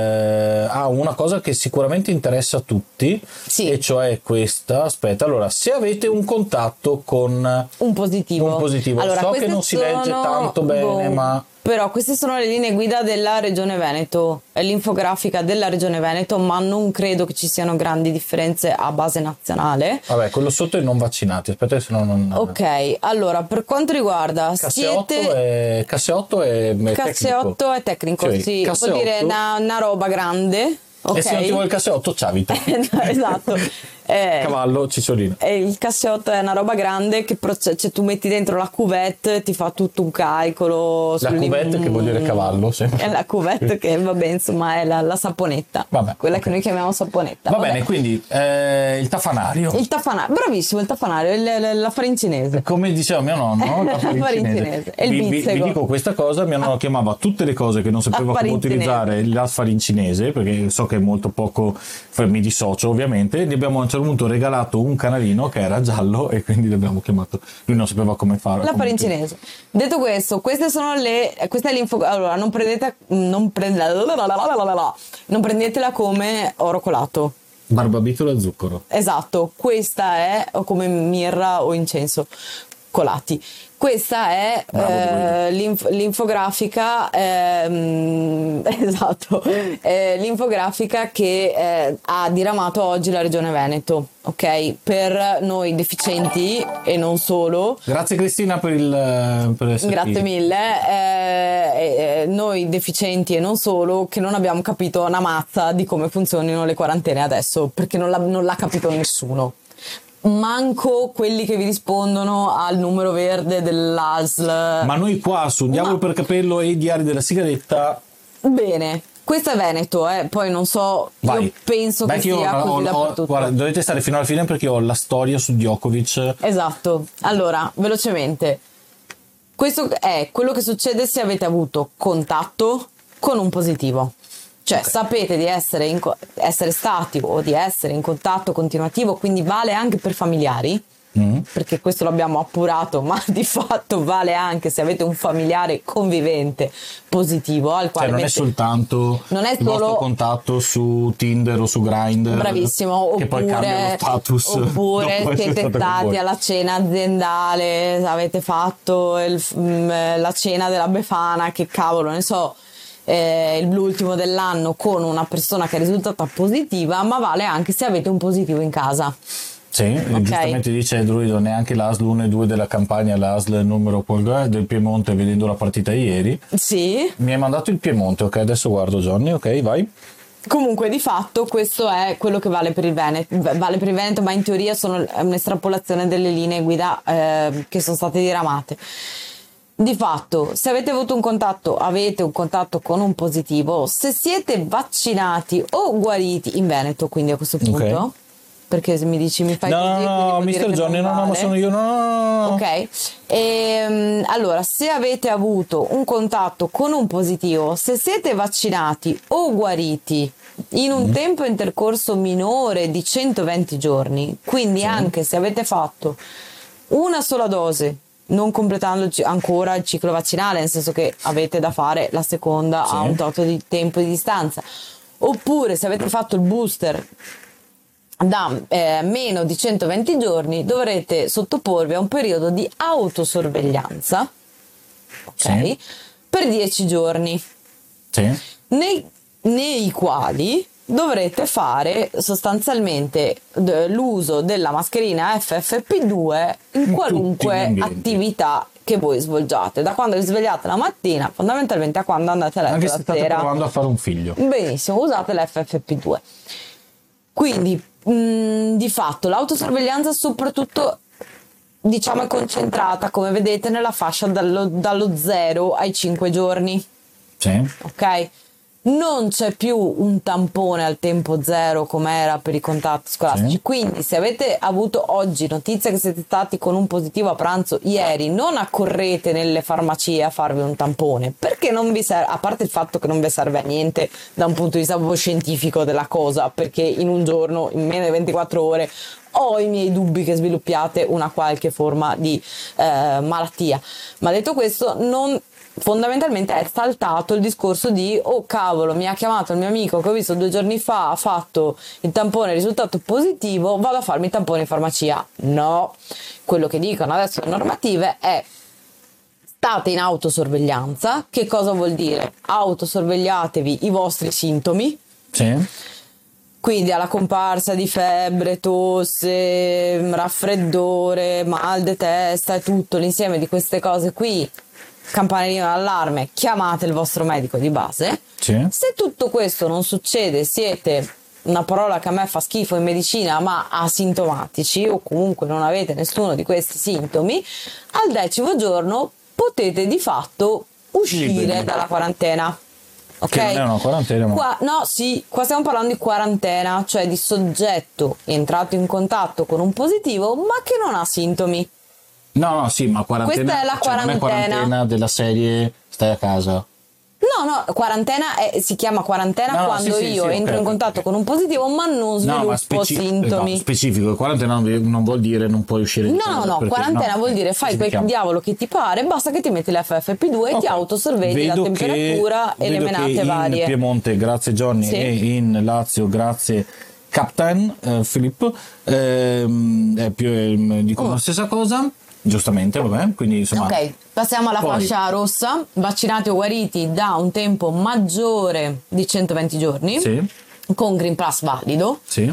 eh, a una cosa che sicuramente interessa a tutti, Sì. e cioè questa. Aspetta, allora, se avete un contatto con Un positivo. un positivo, Allora, so che queste non si legge sono- tanto bene, boh, ma però queste sono le linee guida della Regione Veneto, è l'infografica della Regione Veneto, ma non credo che ci siano grandi differenze a base nazionale. vabbè, quello sotto è non vaccinati. Aspetta, che se no non. Ok, allora per quanto riguarda Casseotto siete è Casseotto è, è Casseotto è tecnico, Cioè, sì, casseotto- vuol dire una, una roba grande. Ok. E se non ti vuole il casseotto, c'avita. Esatto. Eh, Cavallo, cicciolino. E il casseotto è una roba grande che proce- cioè, tu metti dentro la cuvette, ti fa tutto un calcolo. La cuvette, che vuol dire cavallo, sempre. È la cuvette che, vabbè, insomma, è la, la saponetta. Vabbè, quella ok. che noi chiamiamo saponetta. Va Vabbè. bene, quindi eh, il tafanario. Il tafanario, bravissimo, il tafanario, il, il- la farincinese. Come diceva mio nonno, la farincinese. farincinese. E il vi, vi- vi bizzego. dico questa cosa: mio nonno chiamava tutte le cose che non sapeva come farincinese. utilizzare la farincinese, perché so che è molto poco, mi dissocio ovviamente. Gli abbiamo a un certo punto regalato un canarino che era giallo, e quindi l'abbiamo chiamato, lui non sapeva come fare. La farincinese. Detto questo, queste sono le. Questa è l'info. Allora, non prendete. Non, prende, non prendetela come oro colato. Barbabietola e zucchero. Esatto, questa è o come mirra o incenso colati. Questa è Bravo, eh, l'inf- l'infografica ehm, esatto, eh, l'infografica che eh, ha diramato oggi la Regione Veneto, ok? Per noi deficienti e non solo. Grazie Cristina per il per essere Grazie qui. mille. Eh, eh, noi deficienti e non solo, che non abbiamo capito una mazza di come funzionino le quarantene adesso, perché non l'ha, non l'ha capito nessuno. Manco quelli che vi rispondono al numero verde dell'A S L. Ma noi qua su Diavolo Ma- per Capello e i Diari della Sigaretta. Bene, questo è Veneto, eh. Poi non so, Vai. io penso Beh, che che io sia ho- così ho- dappertutto. guarda, dovete stare fino alla fine perché ho la storia su Djokovic. Esatto. Allora, velocemente. Questo è quello che succede se avete avuto contatto con un positivo. Cioè, Ok. sapete di essere, in co- essere stati o di essere in contatto continuativo, quindi vale anche per familiari, Mm. perché questo l'abbiamo appurato, ma di fatto vale anche se avete un familiare convivente positivo al Cioè, quale non è mette- soltanto Non è il vostro solo- contatto su Tinder o su Grindr, Bravissimo, che poi cambia lo oppure, status oppure dopo essere siete stata con stati voi. alla cena aziendale, avete fatto il- mm, la cena della Befana, che cavolo ne so, eh, l'ultimo dell'anno con una persona che è risultata positiva, ma vale anche se avete un positivo in casa. Sì, giustamente dice Druido, neanche l'A S L uno e due della campagna, l'A S L numero qual- del Piemonte, vedendo la partita ieri. Sì. Mi hai mandato il Piemonte, ok, adesso guardo Johnny, ok, vai. Comunque di fatto questo è quello che vale per il Veneto, vale per il Veneto, ma in teoria sono è un'estrapolazione delle linee guida eh, che sono state diramate. Di fatto, se avete avuto un contatto, avete un contatto con un positivo, se siete vaccinati o guariti in Veneto, quindi a questo punto, Ok. Perché se mi dici mi fai no, così, no, quindi no, vuol dire mister che Johnny, non no, no, ma vale. sono io, no, no, no, no. Ok, ehm, allora se avete avuto un contatto con un positivo, se siete vaccinati o guariti in un mm. tempo intercorso minore di centoventi giorni, quindi sì. anche se avete fatto una sola dose, non completando ancora il ciclo vaccinale, nel senso che avete da fare la seconda sì. a un tot di tempo di distanza, oppure se avete fatto il booster da eh, meno di centoventi giorni, dovrete sottoporvi a un periodo di autosorveglianza, ok, sì. per dieci giorni, sì. nei, nei quali dovrete fare sostanzialmente d- l'uso della mascherina F F P due in, in qualunque attività che voi svolgiate, da quando vi svegliate la mattina fondamentalmente a quando andate a letto anche la se state sera. provando a fare un figlio. Benissimo, usate l'F F P due. Quindi mh, di fatto l'autosorveglianza soprattutto diciamo è concentrata, come vedete, nella fascia dallo, dallo zero ai cinque giorni. Sì. Ok? Non c'è più un tampone al tempo zero come era per i contatti scolastici, sì. Quindi se avete avuto oggi notizia che siete stati con un positivo a pranzo ieri, non accorrete nelle farmacie a farvi un tampone, perché non vi serve, a parte il fatto che non vi serve a niente da un punto di vista proprio scientifico della cosa, perché in un giorno, in meno di ventiquattro ore, ho i miei dubbi che sviluppiate una qualche forma di eh, malattia. Ma detto questo, non fondamentalmente è saltato il discorso di oh cavolo, mi ha chiamato il mio amico che ho visto due giorni fa, ha fatto il tampone, risultato positivo, vado a farmi il tampone in farmacia. No, quello che dicono adesso le normative è state in autosorveglianza. Che cosa vuol dire? Autosorvegliatevi i vostri sintomi. Sì. Quindi alla comparsa di febbre, tosse, raffreddore, mal di testa e tutto l'insieme di queste cose qui, campanellino d'allarme, chiamate il vostro medico di base. Sì. Se tutto questo non succede, siete, una parola che a me fa schifo in medicina, ma asintomatici, o comunque non avete nessuno di questi sintomi, al decimo giorno potete di fatto uscire Liberi. dalla quarantena. Ok? Che non è una quarantena, ma... Qua, no, sì, qua stiamo parlando di quarantena, cioè di soggetto entrato in contatto con un positivo ma che non ha sintomi. No, no, sì, ma quarantena, questa è la cioè quarantena. Non è quarantena della serie stai a casa. No, no, quarantena è, si chiama quarantena no, quando sì, io sì, sì, entro okay, in contatto okay. con un positivo ma non sviluppo no, ma speci- sintomi. No, specifico, quarantena non vuol dire non puoi uscire di no, casa. No, no, quarantena no, vuol dire fai quel diavolo che ti pare, basta che ti metti l'F F P due okay. e ti autosorvegli vedo la temperatura che, e le menate che varie. In Piemonte, grazie Johnny, sì. e in Lazio, grazie Captain eh, Filippo, ehm, è più, eh, dicono oh. la stessa cosa. Giustamente, vabbè, quindi insomma. Ok, passiamo alla Poi. fascia rossa, vaccinati o guariti da un tempo maggiore di centoventi giorni, sì. con Green Pass valido. Sì.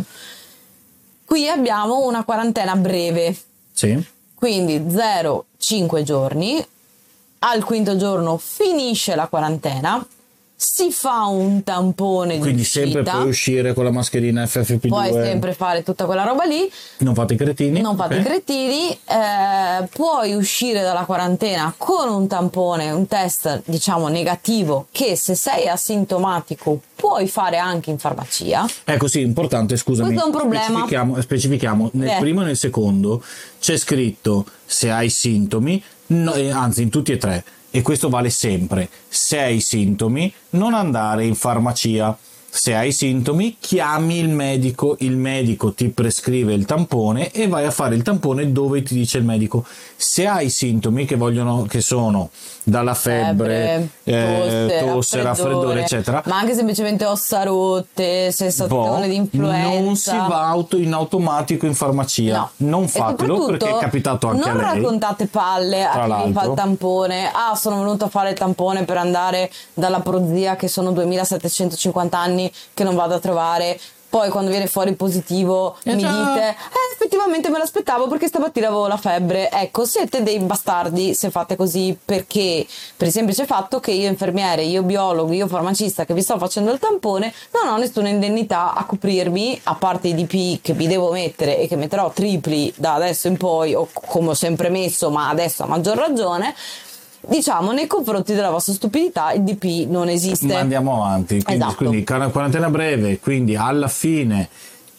Qui abbiamo una quarantena breve, sì. quindi zero cinque giorni, al quinto giorno finisce la quarantena, si fa un tampone quindi di sempre puoi uscire con la mascherina F F P due, puoi sempre fare tutta quella roba lì, non fate i cretini non fate okay. i cretini, eh, puoi uscire dalla quarantena con un tampone, un test diciamo negativo che se sei asintomatico puoi fare anche in farmacia. Ecco sì, importante, scusami, questo è un problema, specifichiamo, specifichiamo. nel eh. primo e nel secondo c'è scritto se hai sintomi, no, eh, anzi in tutti e tre. E questo vale sempre. Se hai sintomi, non andare in farmacia. Se hai sintomi, chiami il medico, il medico ti prescrive il tampone e vai a fare il tampone dove ti dice il medico. Se hai sintomi che vogliono, che sono dalla febbre, febbre tosse, eh, tosse raffreddore, raffreddore, eccetera, ma anche semplicemente ossa rotte, sensazione di influenza, non si va auto in automatico in farmacia. No. Non fatelo perché è capitato anche a lei. Non raccontate palle a chi vi fa il tampone. Ah, sono venuto a fare il tampone per andare dalla prozia che sono duemilasettecentocinquanta anni che non vado a trovare, poi quando viene fuori positivo eh mi già. dite eh effettivamente me l'aspettavo perché stamattina avevo la febbre. Ecco, siete dei bastardi se fate così, perché per il semplice fatto che io infermiere, io biologo, io farmacista che vi sto facendo il tampone non ho nessuna indennità a coprirmi, a parte i D P che vi devo mettere e che metterò tripli da adesso in poi, o come ho sempre messo ma adesso a maggior ragione. Diciamo, nei confronti della vostra stupidità il D P non esiste. Ma andiamo avanti, quindi, esatto. quindi quarantena breve, quindi alla fine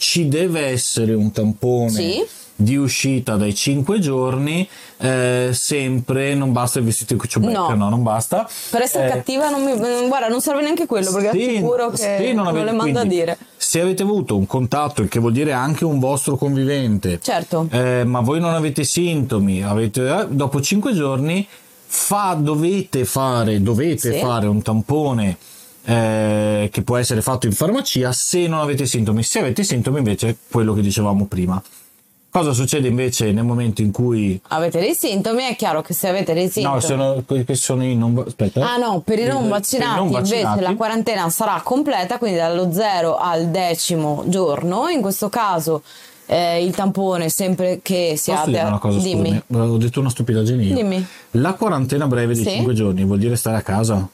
ci deve essere un tampone Sì. di uscita dai cinque giorni, eh, sempre non basta il vestito di ciubecca, No. no, non basta. Per essere Eh, cattiva non mi, guarda, non serve neanche quello, perché sì, sicuro che sì, non non avete- le mando a quindi, dire. se avete avuto un contatto, il che vuol dire anche un vostro convivente, Certo. eh, ma voi non avete sintomi, avete, eh, dopo cinque giorni fa, dovete fare dovete Sì. fare un tampone, eh, che può essere fatto in farmacia se non avete sintomi. Se avete sintomi, invece, quello che dicevamo prima. Cosa succede invece nel momento in cui Avete dei sintomi, è chiaro che se avete dei sintomi... no, sono, questi sono i non aspetta, Ah no, per i non Per i vaccinati, non invece vaccinati. la quarantena sarà completa, quindi dallo zero al decimo giorno. In questo caso eh, il tampone, sempre che Posso siate... dire una cosa, Dimmi. scusami, ho detto una stupidaggine io. Dimmi. La quarantena breve di Sì. cinque giorni vuol dire stare a casa?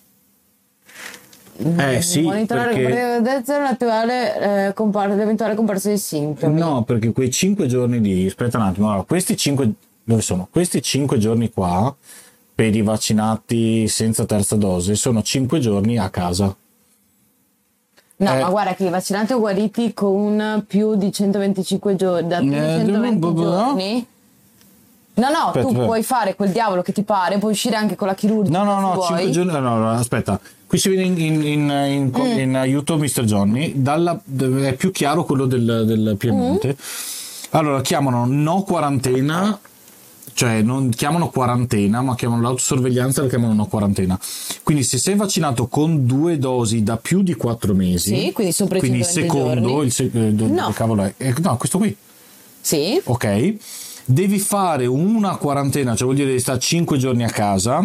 Eh sì, Monitorare perché l'attuale eh, compar- l'eventuale comparsa di sintomi. no, perché quei cinque giorni di aspetta un attimo, allora, questi cinque dove sono? Questi cinque giorni qua per i vaccinati senza terza dose sono cinque giorni a casa. No, Eh. ma guarda che i vaccinati o guariti con più di centoventicinque giorni, da più di Eh, centoventi no, giorni. No, no, Aspetta, tu aspetta. puoi fare quel diavolo che ti pare, puoi uscire anche con la chirurgica. No, no, se no, vuoi. cinque giorni. No, no, aspetta. Qui si vede in, in, in, in, Mm. in aiuto mister Johnny. Dalla, è più chiaro quello del, del Piemonte. Mm. Allora, chiamano no quarantena, cioè non chiamano quarantena, ma chiamano l'autosorveglianza, la chiamano no quarantena. Quindi se sei vaccinato con due dosi da più di quattro mesi, Sì, quindi sopra i quindi il centoventi secondo, giorni. il se- eh, dove No. cavolo è? Eh, no, questo qui. Sì, Ok, devi fare una quarantena, cioè vuol dire devi stare cinque giorni a casa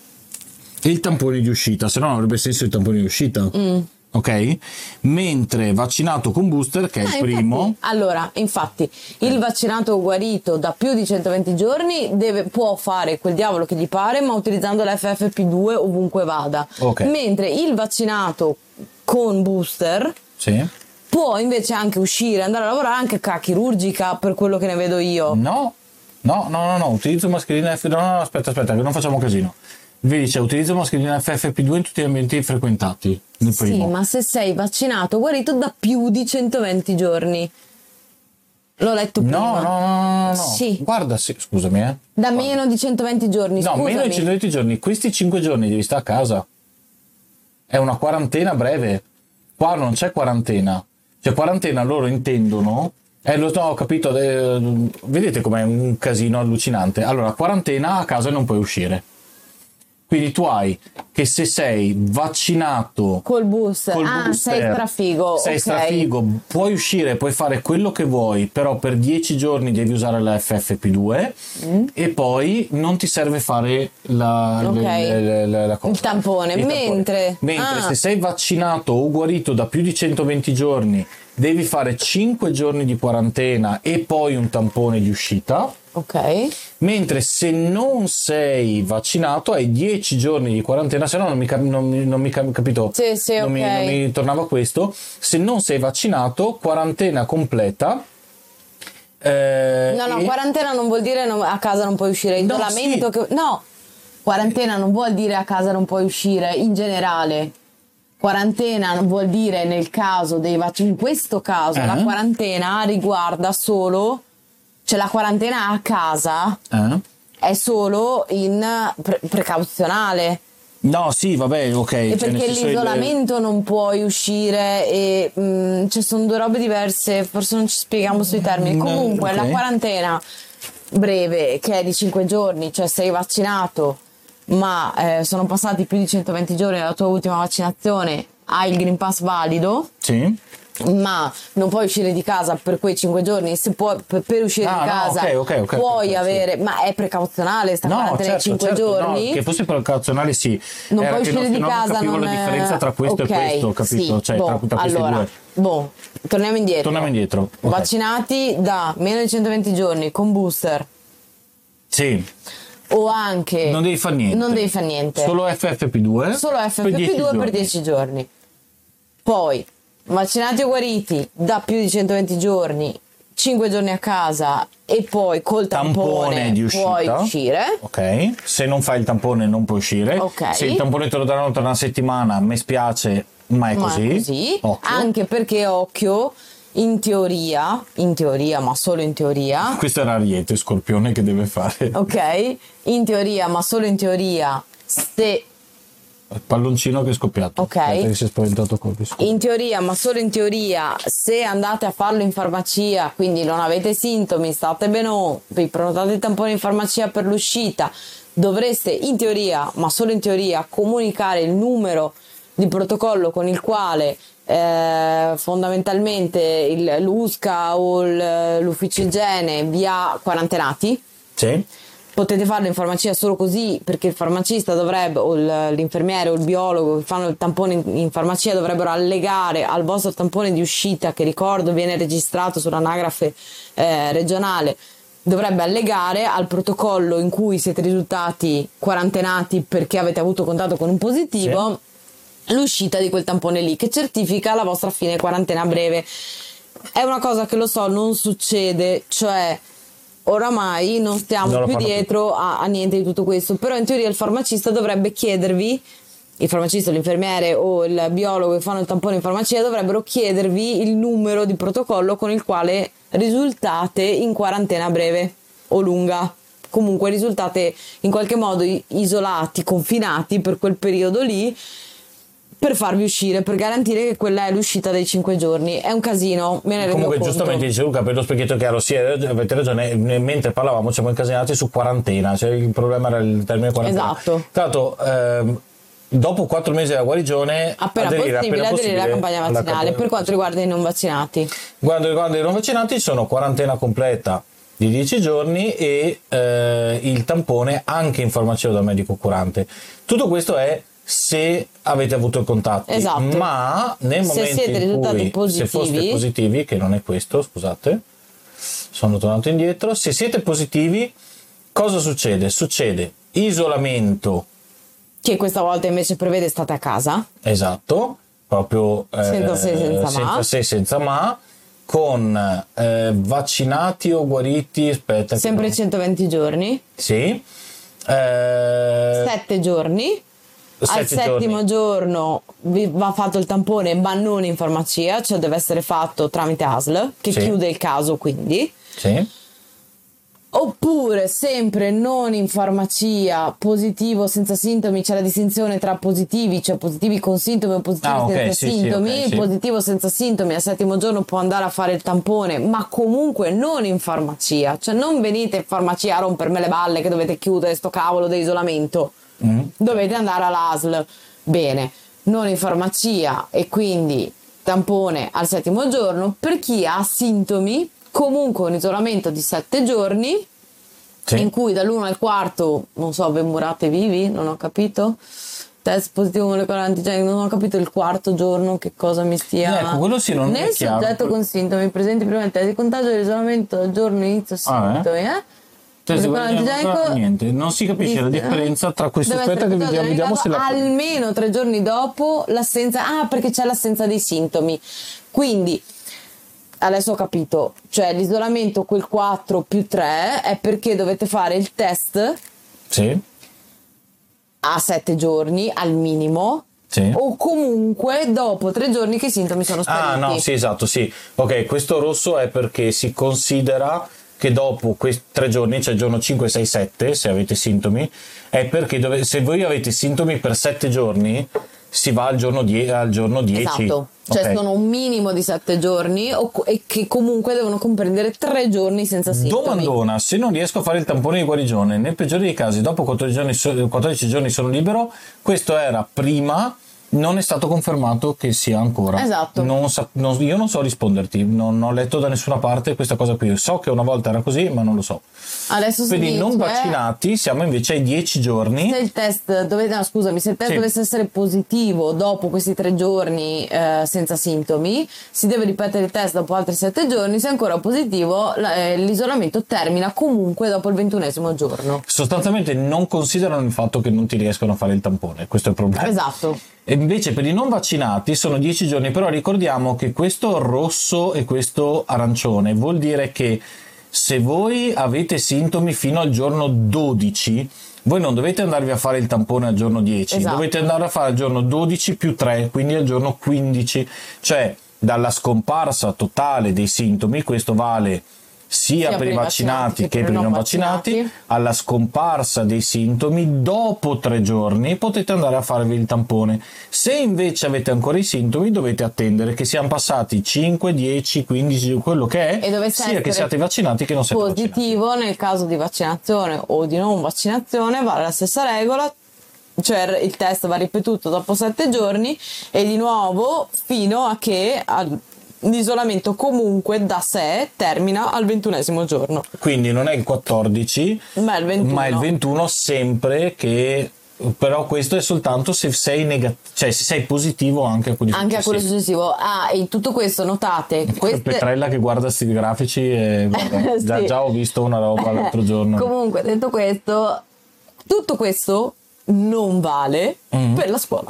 e il tampone di uscita, se no non avrebbe senso il tampone di uscita. Mm. Ok, mentre vaccinato con booster, che è Ah, il infatti- primo, allora, infatti, il vaccinato o guarito da più di centoventi giorni deve, può fare quel diavolo che gli pare, ma utilizzando l'F F P due ovunque vada. Ok. Mentre il vaccinato con booster sì. può invece anche uscire, andare a lavorare anche a chirurgica, per quello che ne vedo io. No, no, no, no, no, utilizzo mascherina F no, no, no, aspetta, aspetta, che non facciamo casino. Vedi, c'è utilizzo mascherina F F P due in tutti gli ambienti frequentati. Nel Sì, primo. ma se sei vaccinato o guarito da più di centoventi giorni. L'ho letto prima. No, no, no, no, no, no. Sì. Guarda, sì, scusami, eh. Da meno di centoventi giorni, No, scusami. meno di centoventi giorni. Questi cinque giorni devi stare a casa. È una quarantena breve. Qua non c'è quarantena. Cioè, quarantena loro intendono. Eh, lo so, ho capito. eh, vedete com'è un casino allucinante. Allora, quarantena a casa non puoi uscire. Quindi tu hai che se sei vaccinato Col booster. col ah, booster, sei strafigo. sei ok. strafigo, puoi uscire, puoi fare quello che vuoi, però per dieci giorni devi usare la F F P due Mm. e poi non ti serve fare la, Ok. le- le- le- la cosa. Il tampone, Il tampone. mentre- mentre ah. se sei vaccinato o guarito da più di centoventi giorni devi fare cinque giorni di quarantena e poi un tampone di uscita. Ok. Mentre se non sei vaccinato hai dieci giorni di quarantena, se no non mi, cap- non mi, non mi cap- capito, Sì, sì, non, mi, ok. non mi tornava questo. Se non sei vaccinato, quarantena completa. eh, No, no, e- quarantena non vuol dire non- a casa non puoi uscire. No, Isolamento sì. che... No, quarantena non vuol dire a casa non puoi uscire, in generale. Quarantena non vuol dire nel caso dei vaccini. In questo caso Eh. la quarantena riguarda solo... Cioè la quarantena a casa eh? è solo in pre- precauzionale. No, sì, vabbè, ok. E cioè, nel perché senso il- l'isolamento non puoi uscire e mh, ci sono due robe diverse, forse non ci spieghiamo sui termini. Mm, Comunque ok. la quarantena breve, che è di cinque giorni, cioè sei vaccinato ma eh, sono passati più di centoventi giorni dalla tua ultima vaccinazione, hai il Green Pass valido, Sì. ma non puoi uscire di casa per quei cinque giorni. Se puoi, per, per uscire Ah, di no, casa ok, ok, ok, puoi ok, sì. avere, ma è precauzionale sta No, quarantena certo, di cinque certo, giorni. no, che fosse precauzionale sì. Non Era puoi che uscire non, di non casa, capivo non la differenza tra questo ok, e questo, capito? sì, Cioè, boh, tra, tra questi allora, due. boh, torniamo indietro. Torniamo indietro. ok. Vaccinati da meno di centoventi giorni con booster Sì. o anche Non devi fare niente. Non devi fare niente. Solo F F P due. Solo F F P due per dieci giorni. Poi vaccinati o guariti da più di centoventi giorni, cinque giorni a casa e poi col tampone, Tampone di uscita. puoi uscire. Ok. Se non fai il tampone non puoi uscire. Ok. Se il tampone te lo daranno tra una settimana, mi spiace, ma è Ma così. è così. Occhio. Anche perché, occhio, in teoria, in teoria, ma solo in teoria. Questo era Ariete, Scorpione, che deve fare. Ok, in teoria, ma solo in teoria, se... Palloncino che è scoppiato. Ok. Aspetta che si è spaventato Colby. In teoria, ma solo in teoria, se andate a farlo in farmacia, quindi non avete sintomi, state bene, vi prenotate il tampone in farmacia per l'uscita, dovreste in teoria, ma solo in teoria, comunicare il numero di protocollo con il quale eh, fondamentalmente il, l'U S C A o il, l'ufficio igiene vi ha quarantenati. Sì. Potete farlo in farmacia solo così, perché il farmacista dovrebbe, o l'infermiere o il biologo che fanno il tampone in, in farmacia dovrebbero allegare al vostro tampone di uscita, che ricordo viene registrato sull'anagrafe eh, regionale, dovrebbe allegare al protocollo in cui siete risultati quarantenati perché avete avuto contatto con un positivo, sì, l'uscita di quel tampone lì, che certifica la vostra fine quarantena breve. È una cosa che, lo so, non succede, cioè oramai non stiamo non più dietro a, a niente di tutto questo, però in teoria il farmacista dovrebbe chiedervi, il farmacista, l'infermiere o il biologo che fanno il tampone in farmacia dovrebbero chiedervi il numero di protocollo con il quale risultate in quarantena breve o lunga, comunque risultate in qualche modo isolati, confinati per quel periodo lì, per farvi uscire, per garantire che quella è l'uscita dei cinque giorni. È un casino, me ne rendo Comunque conto. giustamente dice Luca, per lo specchietto chiaro, sì, avete ragione, mentre parlavamo siamo incasinati su quarantena, cioè il problema era il termine quarantena. Esatto. Tanto ehm, dopo quattro mesi della guarigione appena possibile appena aderire alla campagna vaccinale. Campagna... Per quanto riguarda i non vaccinati, quando riguarda i non vaccinati sono quarantena completa di dieci giorni e eh, il tampone anche in farmacia o dal medico curante. Tutto questo è se avete avuto contatti, esatto, ma nel se momento siete in cui positivi, se foste positivi, che non è questo, scusate, sono tornato indietro, se siete positivi cosa succede? Succede isolamento, che questa volta invece prevede state a casa, esatto, proprio eh, senza se senza, senza ma se senza ma, con eh, vaccinati o guariti, aspetta, sempre che... centoventi giorni, sì, eh... sette giorni. Al settimo giorno vi va fatto il tampone, ma non in farmacia, cioè deve essere fatto tramite A S L, che sì, chiude il caso, quindi. Sì. Oppure sempre non in farmacia, positivo senza sintomi, c'è la distinzione tra positivi, cioè positivi con sintomi o positivi ah, okay, senza sì, sintomi. Sì, okay, sì. Positivo senza sintomi al settimo giorno può andare a fare il tampone, ma comunque non in farmacia, cioè non venite in farmacia a rompermi le balle che dovete chiudere sto cavolo di isolamento. Mm. Dovete andare all'A S L, bene, non in farmacia e quindi tampone al settimo giorno. Per chi ha sintomi, comunque un isolamento di sette giorni, sì, in cui dall'uno al quarto, non so, ben murate vivi, non ho capito, test positivo molecolare antigenico, non ho capito il quarto giorno che cosa mi stia. Ecco, quello sì, non nel è chiaro. Soggetto con sintomi presenti prima del test di contagio dell'isolamento al giorno inizio sintomi, ah, eh? eh? Cioè, niente, non si capisce di, la differenza tra questo, aspetta che vediamo, vediamo se la... almeno tre giorni dopo l'assenza, ah, perché c'è l'assenza dei sintomi, quindi adesso ho capito, cioè l'isolamento quel quattro più tre è perché dovete fare il test, sì, a sette giorni al minimo, sì, o comunque dopo tre giorni che i sintomi sono spariti. Ah no, sì, esatto, sì, ok, questo rosso è perché si considera che dopo questi tre giorni, cioè il giorno cinque, sei, sette, se avete sintomi, è perché dove, se voi avete sintomi per sette giorni si va al giorno, die, al giorno dieci. Esatto, cioè okay, sono un minimo di sette giorni o, e che comunque devono comprendere tre giorni senza sintomi. Domandona, se non riesco a fare il tampone di guarigione, nel peggiore dei casi dopo quattordici giorni, quattordici giorni sono libero, questo era prima, non è stato confermato che sia ancora. Esatto. Non sa, non, io non so risponderti, non ho letto da nessuna parte questa cosa qui. So che una volta era così, ma non lo so. Adesso per i non dice, vaccinati siamo invece ai dieci giorni. Se il test dovete, no, scusami, se il test sì, dovesse essere positivo dopo questi tre giorni eh, senza sintomi, si deve ripetere il test dopo altri sette giorni. Se è ancora positivo, eh, l'isolamento termina comunque dopo il ventunesimo giorno. Sostanzialmente non considerano il fatto che non ti riescono a fare il tampone, questo è il problema. Esatto. E invece per i non vaccinati sono dieci giorni, però ricordiamo che questo rosso e questo arancione vuol dire che se voi avete sintomi fino al giorno dodici, voi non dovete andarvi a fare il tampone al giorno dieci, esatto, dovete andare a fare al giorno dodici più tre, quindi al giorno quindici, cioè dalla scomparsa totale dei sintomi, questo vale sia, sia per i vaccinati che, che per i non vaccinati, vaccinati, alla scomparsa dei sintomi dopo tre giorni potete andare a farvi il tampone. Se invece avete ancora i sintomi dovete attendere che siano passati cinque, dieci, quindici, quello che è, e sia che siate vaccinati che non siate positivo vaccinati. Nel caso di vaccinazione o di non vaccinazione vale la stessa regola, cioè il test va ripetuto dopo sette giorni e di nuovo fino a che al l'isolamento comunque da sé termina al ventunesimo giorno. Quindi non è il quattordici, ma il ventuno, ma il ventuno sempre che... Però questo è soltanto se sei negativo, cioè se sei positivo anche a quello anche a quello successivo. Ah, e tutto questo notate queste... Petrella che guarda sti grafici e guarda, sì. già, già ho visto una roba l'altro giorno. Comunque, detto questo, tutto questo non vale mm-hmm. per la scuola.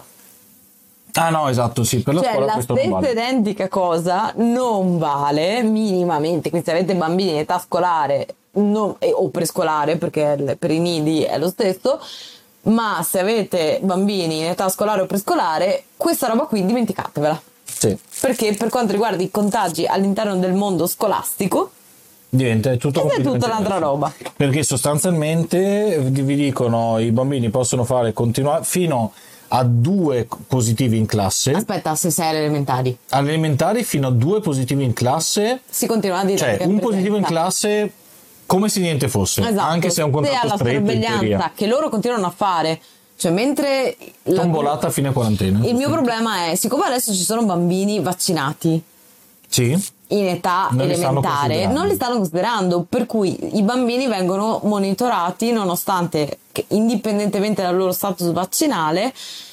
Ah no, esatto, sì, per la cioè, scuola la questo non vale. stessa identica cosa non vale minimamente, quindi se avete bambini in età scolare non, eh, o prescolare, perché per i nidi è lo stesso, ma se avete bambini in età scolare o prescolare, questa roba qui dimenticatevela. Sì. Perché per quanto riguarda i contagi all'interno del mondo scolastico, diventa è tutto è tutta un'altra roba. Perché sostanzialmente vi dicono i bambini possono fare continuare fino a due positivi in classe. Aspetta, se sei alle elementari. Alle elementari fino a due positivi in classe. Si continua a dire cioè un positivo in classe come se niente fosse, esatto. Anche se è un contatto stretto in teoria. Che loro continuano a fare, cioè mentre tombolata la... fine quarantena. Il mio problema è, siccome adesso ci sono bambini vaccinati, sì, in età non elementare, non li stanno considerando, per cui i bambini vengono monitorati nonostante che, indipendentemente dal loro status vaccinale,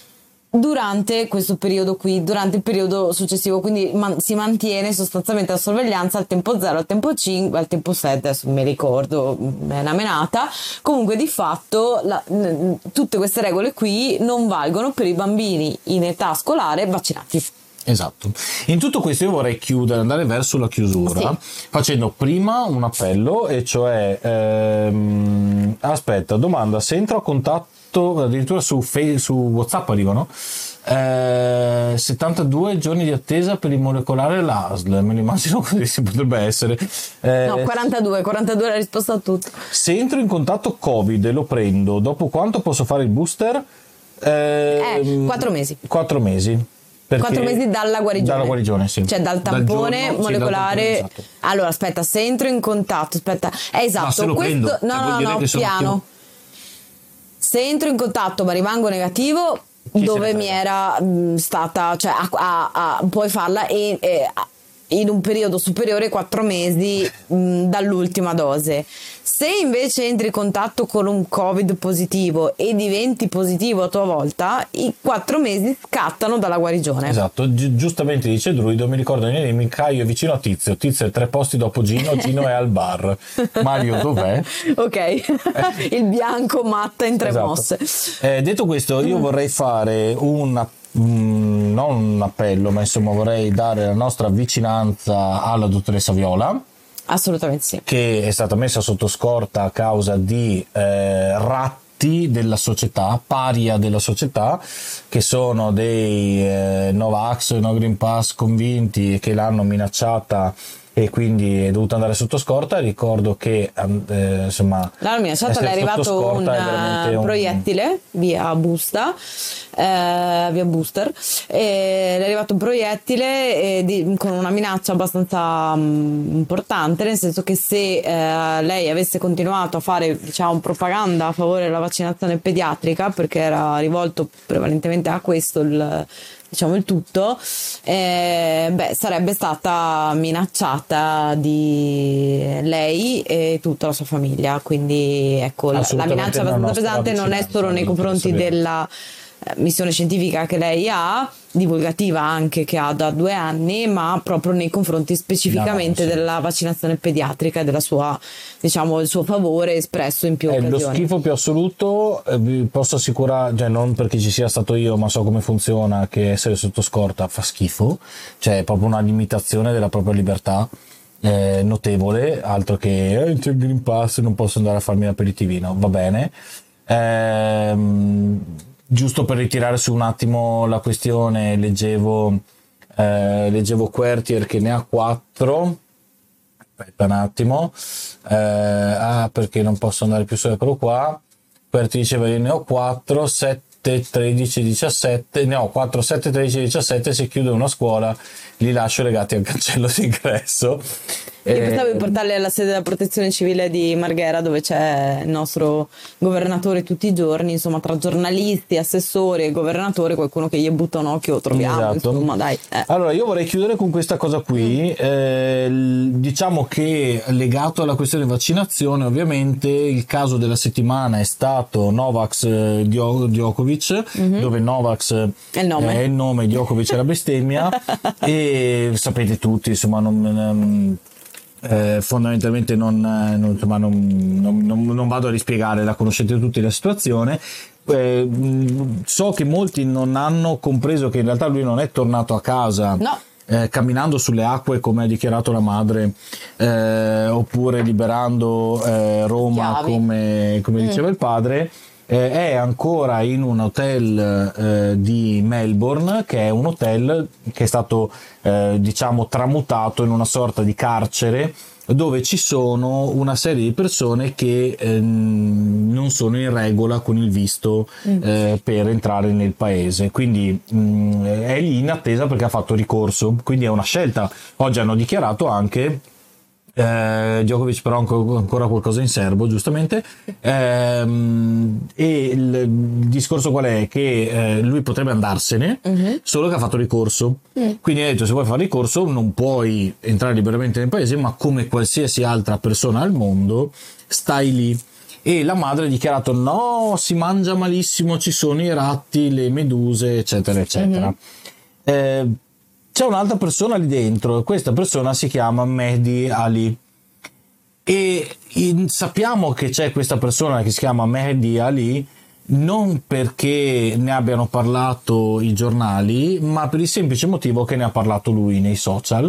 durante questo periodo qui, durante il periodo successivo, quindi man- si mantiene sostanzialmente la sorveglianza al tempo zero, al tempo cinque, al tempo sette, adesso mi ricordo, è una menata. Comunque di fatto la, n- tutte queste regole qui non valgono per i bambini in età scolare vaccinati. Esatto. In tutto questo io vorrei chiudere, andare verso la chiusura, sì. facendo prima un appello, e cioè ehm, aspetta, domanda, se entro a contatto addirittura su, face, su WhatsApp arrivano eh, settantadue giorni di attesa per il molecolare l'A S L, me lo immagino così si potrebbe essere. Eh, no, quarantadue, quarantadue è la risposta a tutto. Se entro in contatto Covid e lo prendo, dopo quanto posso fare il booster? Eh, eh quattro mesi. quattro mesi. Perché quattro mesi dalla guarigione, dalla guarigione sì. Cioè dal tampone dal giorno, molecolare sì, dal tampone, esatto. Allora aspetta, se entro in contatto, aspetta, è esatto, ma se lo questo prendo, no no no, piano. Se entro in contatto ma rimango negativo, chi dove mi era mh, stata, cioè a, a, a, puoi farla e, e a, in un periodo superiore ai quattro mesi mh, dall'ultima dose. Se invece entri in contatto con un Covid positivo e diventi positivo a tua volta, i quattro mesi scattano dalla guarigione. Esatto, Gi- giustamente dice Druido, mi ricordo i miei Caio è vicino a Tizio, Tizio è tre posti dopo Gino, Gino è al bar. Mario dov'è? Ok, eh. Il bianco matta in tre esatto. mosse. Eh, detto questo, io vorrei fare un Mm, non un appello, ma insomma vorrei dare la nostra vicinanza alla dottoressa Viola. Assolutamente sì. Che è stata messa sotto scorta a causa di eh, ratti della società, paria della società, che sono dei eh, Novax, No Green Pass convinti che l'hanno minacciata e quindi è dovuta andare sotto scorta. Ricordo che eh, insomma l'hanno minacciata, le è arrivato un, un proiettile via busta eh, via booster e le è arrivato un proiettile eh, di, con una minaccia abbastanza um, importante, nel senso che se eh, lei avesse continuato a fare diciamo propaganda a favore della vaccinazione pediatrica, perché era rivolto prevalentemente a questo il diciamo il tutto, eh, beh, sarebbe stata minacciata di lei e tutta la sua famiglia, quindi ecco la, la minaccia abbastanza pesante non è solo nei confronti della missione scientifica che lei ha, divulgativa anche, che ha da due anni, ma proprio nei confronti specificamente no, sì. della vaccinazione pediatrica e della sua, diciamo, il suo favore espresso in più è occasioni. Lo schifo più assoluto, eh, vi posso assicurare, cioè non perché ci sia stato io, ma so come funziona, che essere sotto scorta fa schifo, cioè è proprio una limitazione della propria libertà eh, notevole, altro che eh, c'è il Green Pass, non posso andare a farmi l'aperitivino, va bene. Ehm, giusto per ritirare su un attimo la questione, leggevo eh, leggevo Quertier che ne ha quattro. Aspetta un attimo, eh, ah, perché non posso andare più su, eccolo qua. Quertier diceva io ne ho quattro, sette, tredici, diciassette, ne ho quattro, sette, tredici, diciassette, se chiudo una scuola li lascio legati al cancello d'ingresso. Io pensavo di portarli alla sede della protezione civile di Marghera, dove c'è il nostro governatore tutti i giorni, insomma, tra giornalisti, assessori e governatori, qualcuno che gli butta un occhio troviamo, esatto. Insomma, dai. Eh. Allora, io vorrei chiudere con questa cosa qui, eh, diciamo che legato alla questione vaccinazione, ovviamente il caso della settimana è stato Novax Djokovic, mm-hmm. dove Novax è il nome, è il nome, Djokovic è la bestemmia, e sapete tutti, insomma, non... non Eh, fondamentalmente non, non, insomma, non, non, non vado a rispiegare, la conoscete tutti la situazione. Eh, so che molti non hanno compreso che in realtà lui non è tornato a casa no. eh, camminando sulle acque come ha dichiarato la madre, eh, oppure liberando eh, Roma Chiavi. come, come mm. diceva il padre. Eh, è ancora in un hotel eh, di Melbourne, che è un hotel che è stato eh, diciamo tramutato in una sorta di carcere, dove ci sono una serie di persone che eh, non sono in regola con il visto eh, per entrare nel paese, quindi mh, è lì in attesa perché ha fatto ricorso, quindi è una scelta. Oggi hanno dichiarato anche Eh, Djokovic però ancora qualcosa in serbo, giustamente, ehm, e il discorso qual è? Che eh, lui potrebbe andarsene, uh-huh. solo che ha fatto ricorso, uh-huh. quindi ha detto: se vuoi fare ricorso non puoi entrare liberamente nel paese, ma come qualsiasi altra persona al mondo stai lì. E la madre ha dichiarato: no, si mangia malissimo, ci sono i ratti, le meduse, eccetera eccetera. Uh-huh. eh, C'è un'altra persona lì dentro, e questa persona si chiama Mehdi Ali, e in, sappiamo che c'è questa persona che si chiama Mehdi Ali non perché ne abbiano parlato i giornali, ma per il semplice motivo che ne ha parlato lui nei social.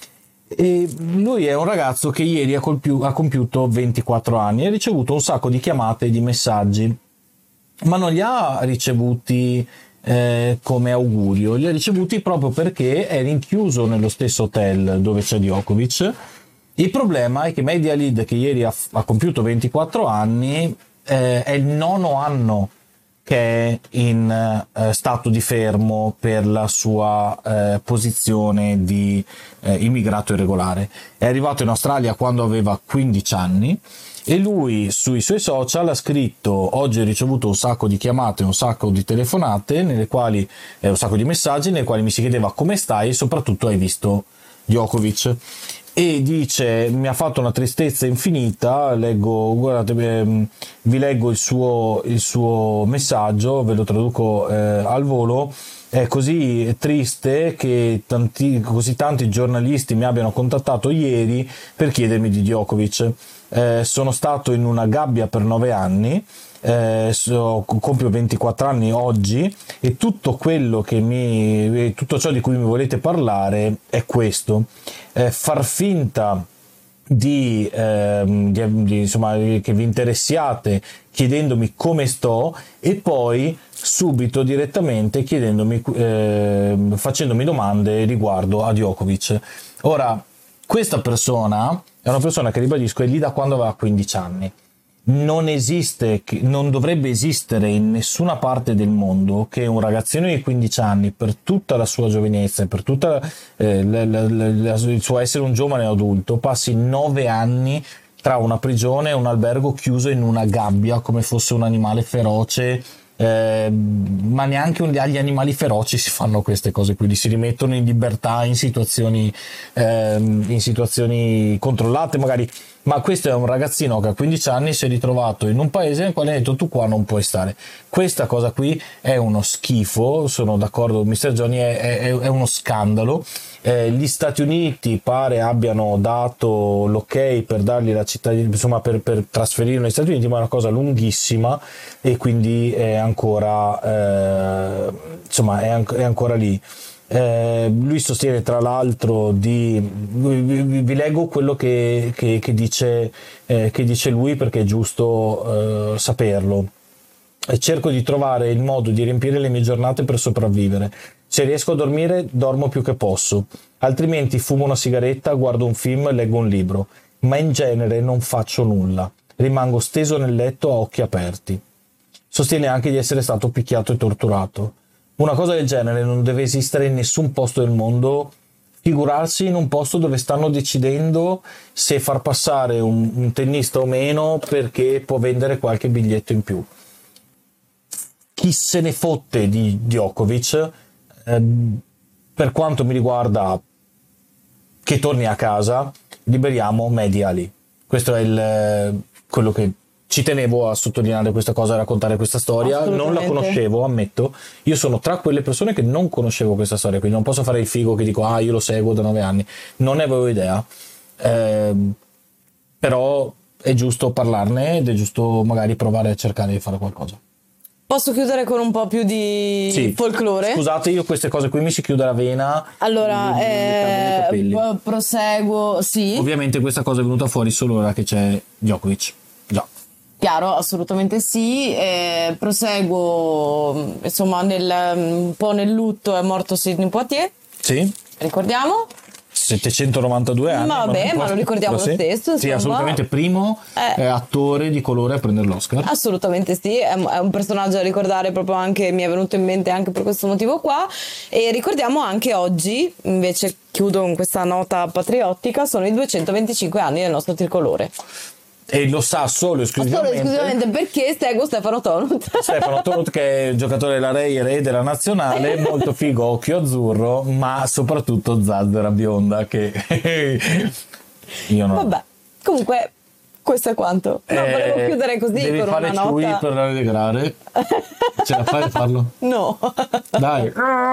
E lui è un ragazzo che ieri ha, colpiu- ha compiuto ventiquattro anni e ha ricevuto un sacco di chiamate e di messaggi, ma non li ha ricevuti Eh, come augurio, li ha ricevuti proprio perché è rinchiuso nello stesso hotel dove c'è Djokovic. Il problema è che Mehdi Ali, che ieri ha, ha compiuto ventiquattro anni, eh, è il nono anno che è in eh, stato di fermo per la sua eh, posizione di eh, immigrato irregolare. È arrivato in Australia quando aveva quindici anni, e lui sui suoi social ha scritto: oggi ho ricevuto un sacco di chiamate, un sacco di telefonate, nelle quali eh, un sacco di messaggi nei quali mi si chiedeva come stai e soprattutto hai visto Djokovic. E dice: mi ha fatto una tristezza infinita. Leggo, guardate, ehm, vi leggo il suo, il suo messaggio, ve lo traduco eh, al volo. È così triste che tanti, così tanti giornalisti mi abbiano contattato ieri per chiedermi di Djokovic. Eh, sono stato in una gabbia per nove anni, eh, so, compio ventiquattro anni oggi, e tutto quello che mi, tutto ciò di cui mi volete parlare è questo: eh, far finta di, eh, di, di insomma che vi interessiate chiedendomi come sto, e poi subito direttamente chiedendomi eh, facendomi domande riguardo a Djokovic. Ora, questa persona è una persona che, ribadisco, è lì da quando aveva quindici anni. Non esiste, non dovrebbe esistere in nessuna parte del mondo che un ragazzino di quindici anni, per tutta la sua giovinezza e per tutto eh, il suo essere un giovane adulto, passi nove anni tra una prigione e un albergo, chiuso in una gabbia come fosse un animale feroce. Eh, ma neanche agli animali feroci si fanno queste cose qui, li si rimettono in libertà in situazioni eh, in situazioni controllate magari, ma questo è un ragazzino che a quindici anni si è ritrovato in un paese nel quale ha detto: tu qua non puoi stare. Questa cosa qui è uno schifo, sono d'accordo con mister Johnny, è, è, è uno scandalo. Eh, gli Stati Uniti pare abbiano dato l'ok per dargli la cittadinanza, insomma per, per trasferirlo negli Stati Uniti, ma è una cosa lunghissima e quindi è ancora eh, insomma è, an- è ancora lì. Eh, lui sostiene tra l'altro di vi, vi, vi leggo quello che, che, che dice eh, che dice lui, perché è giusto eh, saperlo. Cerco di trovare il modo di riempire le mie giornate per sopravvivere. Se riesco a dormire, dormo più che posso. Altrimenti fumo una sigaretta, guardo un film, leggo un libro. Ma in genere non faccio nulla. Rimango steso nel letto a occhi aperti. Sostiene anche di essere stato picchiato e torturato. Una cosa del genere non deve esistere in nessun posto del mondo, figurarsi in un posto dove stanno decidendo se far passare un, un tennista o meno perché può vendere qualche biglietto in più. Chi se ne fotte di Djokovic, eh, per quanto mi riguarda, che torni a casa, liberiamo Mehdi Ali. Questo è il, quello che ci tenevo a sottolineare, questa cosa, a raccontare questa storia. Non la conoscevo, ammetto. Io sono tra quelle persone che non conoscevo questa storia, quindi non posso fare il figo che dico ah io lo seguo da nove anni, non ne avevo idea, eh, però è giusto parlarne ed è giusto magari provare a cercare di fare qualcosa. Posso chiudere con un po' più di sì. folklore? Scusate, io queste cose qui mi si chiude la vena. Allora, eh, p- proseguo, sì. Ovviamente questa cosa è venuta fuori solo ora che c'è Djokovic. Già. Chiaro, assolutamente sì. Eh, proseguo, insomma, nel, un po' nel lutto è morto Sidney Poitier. Sì. Ricordiamo? settecentonovantadue anni. Ma vabbè, ma lo ricordiamo lo sì. stesso. Sì, assolutamente, primo eh. eh, attore di colore a prendere l'Oscar. Assolutamente sì, è, è un personaggio da ricordare, proprio anche mi è venuto in mente anche per questo motivo qua. E ricordiamo anche oggi, invece chiudo con questa nota patriottica, sono i duecentoventicinque anni del nostro tricolore. E lo sa solo esclusivamente, solo esclusivamente perché seguo Stefano Tonut. Stefano Tonut, che è il giocatore della Rai e re della nazionale, molto figo, occhio azzurro, ma soprattutto zazzera bionda, che io non... Vabbè, comunque questo è quanto. No, eh, volevo chiudere così devi con fare una ciui nota. per rallegrare. Ce la fai a farlo? No. Dai.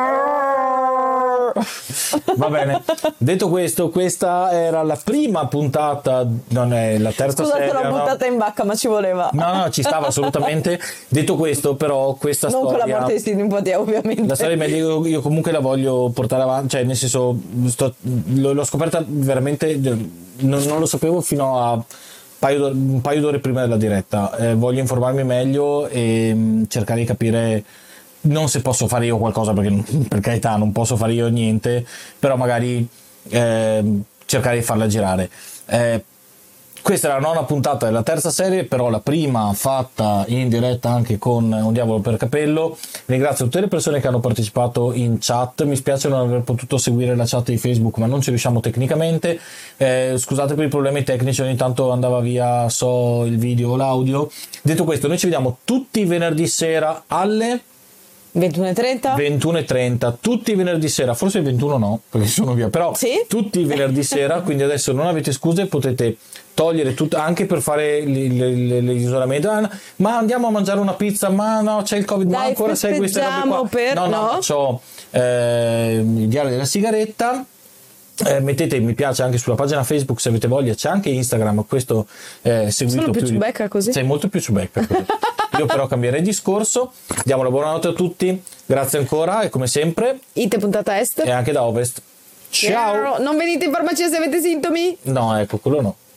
Va bene, detto questo, questa era la prima puntata, non è la terza Scusa, serie. Scusa, l'ho no? buttata in bacca, ma ci voleva. No, no, ci stava assolutamente. Detto questo, però, questa non storia... Non con la morte di Sidney Poitier, ovviamente. La storia io, io comunque la voglio portare avanti, cioè nel senso, sto, l'ho scoperta veramente, non, non lo sapevo fino a... Paio, un paio d'ore prima della diretta. Eh, voglio informarmi meglio e mh, cercare di capire, non se posso fare io qualcosa, perché per carità non posso fare io niente, però magari eh, cercare di farla girare. Eh, questa è la nona puntata della terza serie, però la prima fatta in diretta anche con Un Diavolo per Capello. Ringrazio tutte le persone che hanno partecipato in chat, mi spiace non aver potuto seguire la chat di Facebook, ma non ci riusciamo tecnicamente, eh, scusate per i problemi tecnici, ogni tanto andava via so il video o l'audio. Detto questo, noi ci vediamo tutti i venerdì sera alle ventuno e trenta ventuno e trenta, tutti i venerdì sera, forse il ventuno no, perché sono via, però sì? Tutti i venerdì sera, quindi adesso non avete scuse, potete togliere tutto, anche per fare l'isolamento. Ah, ma andiamo a mangiare una pizza, ma no, c'è il Covid, Dai, ma ancora sei queste robe qua. Per, no, no, no? c'ho eh, il diario della sigaretta. Eh, mettete mi piace anche sulla pagina Facebook se avete voglia, c'è anche Instagram, questo eh, seguito. Sono più, più ciubecca così. Sei molto più ciubecca così. Io però cambierei discorso. Diamo la buonanotte a tutti, grazie ancora e come sempre Ite puntata est e anche da Ovest. Ciao. Non venite in farmacia se avete sintomi? No, ecco, quello no.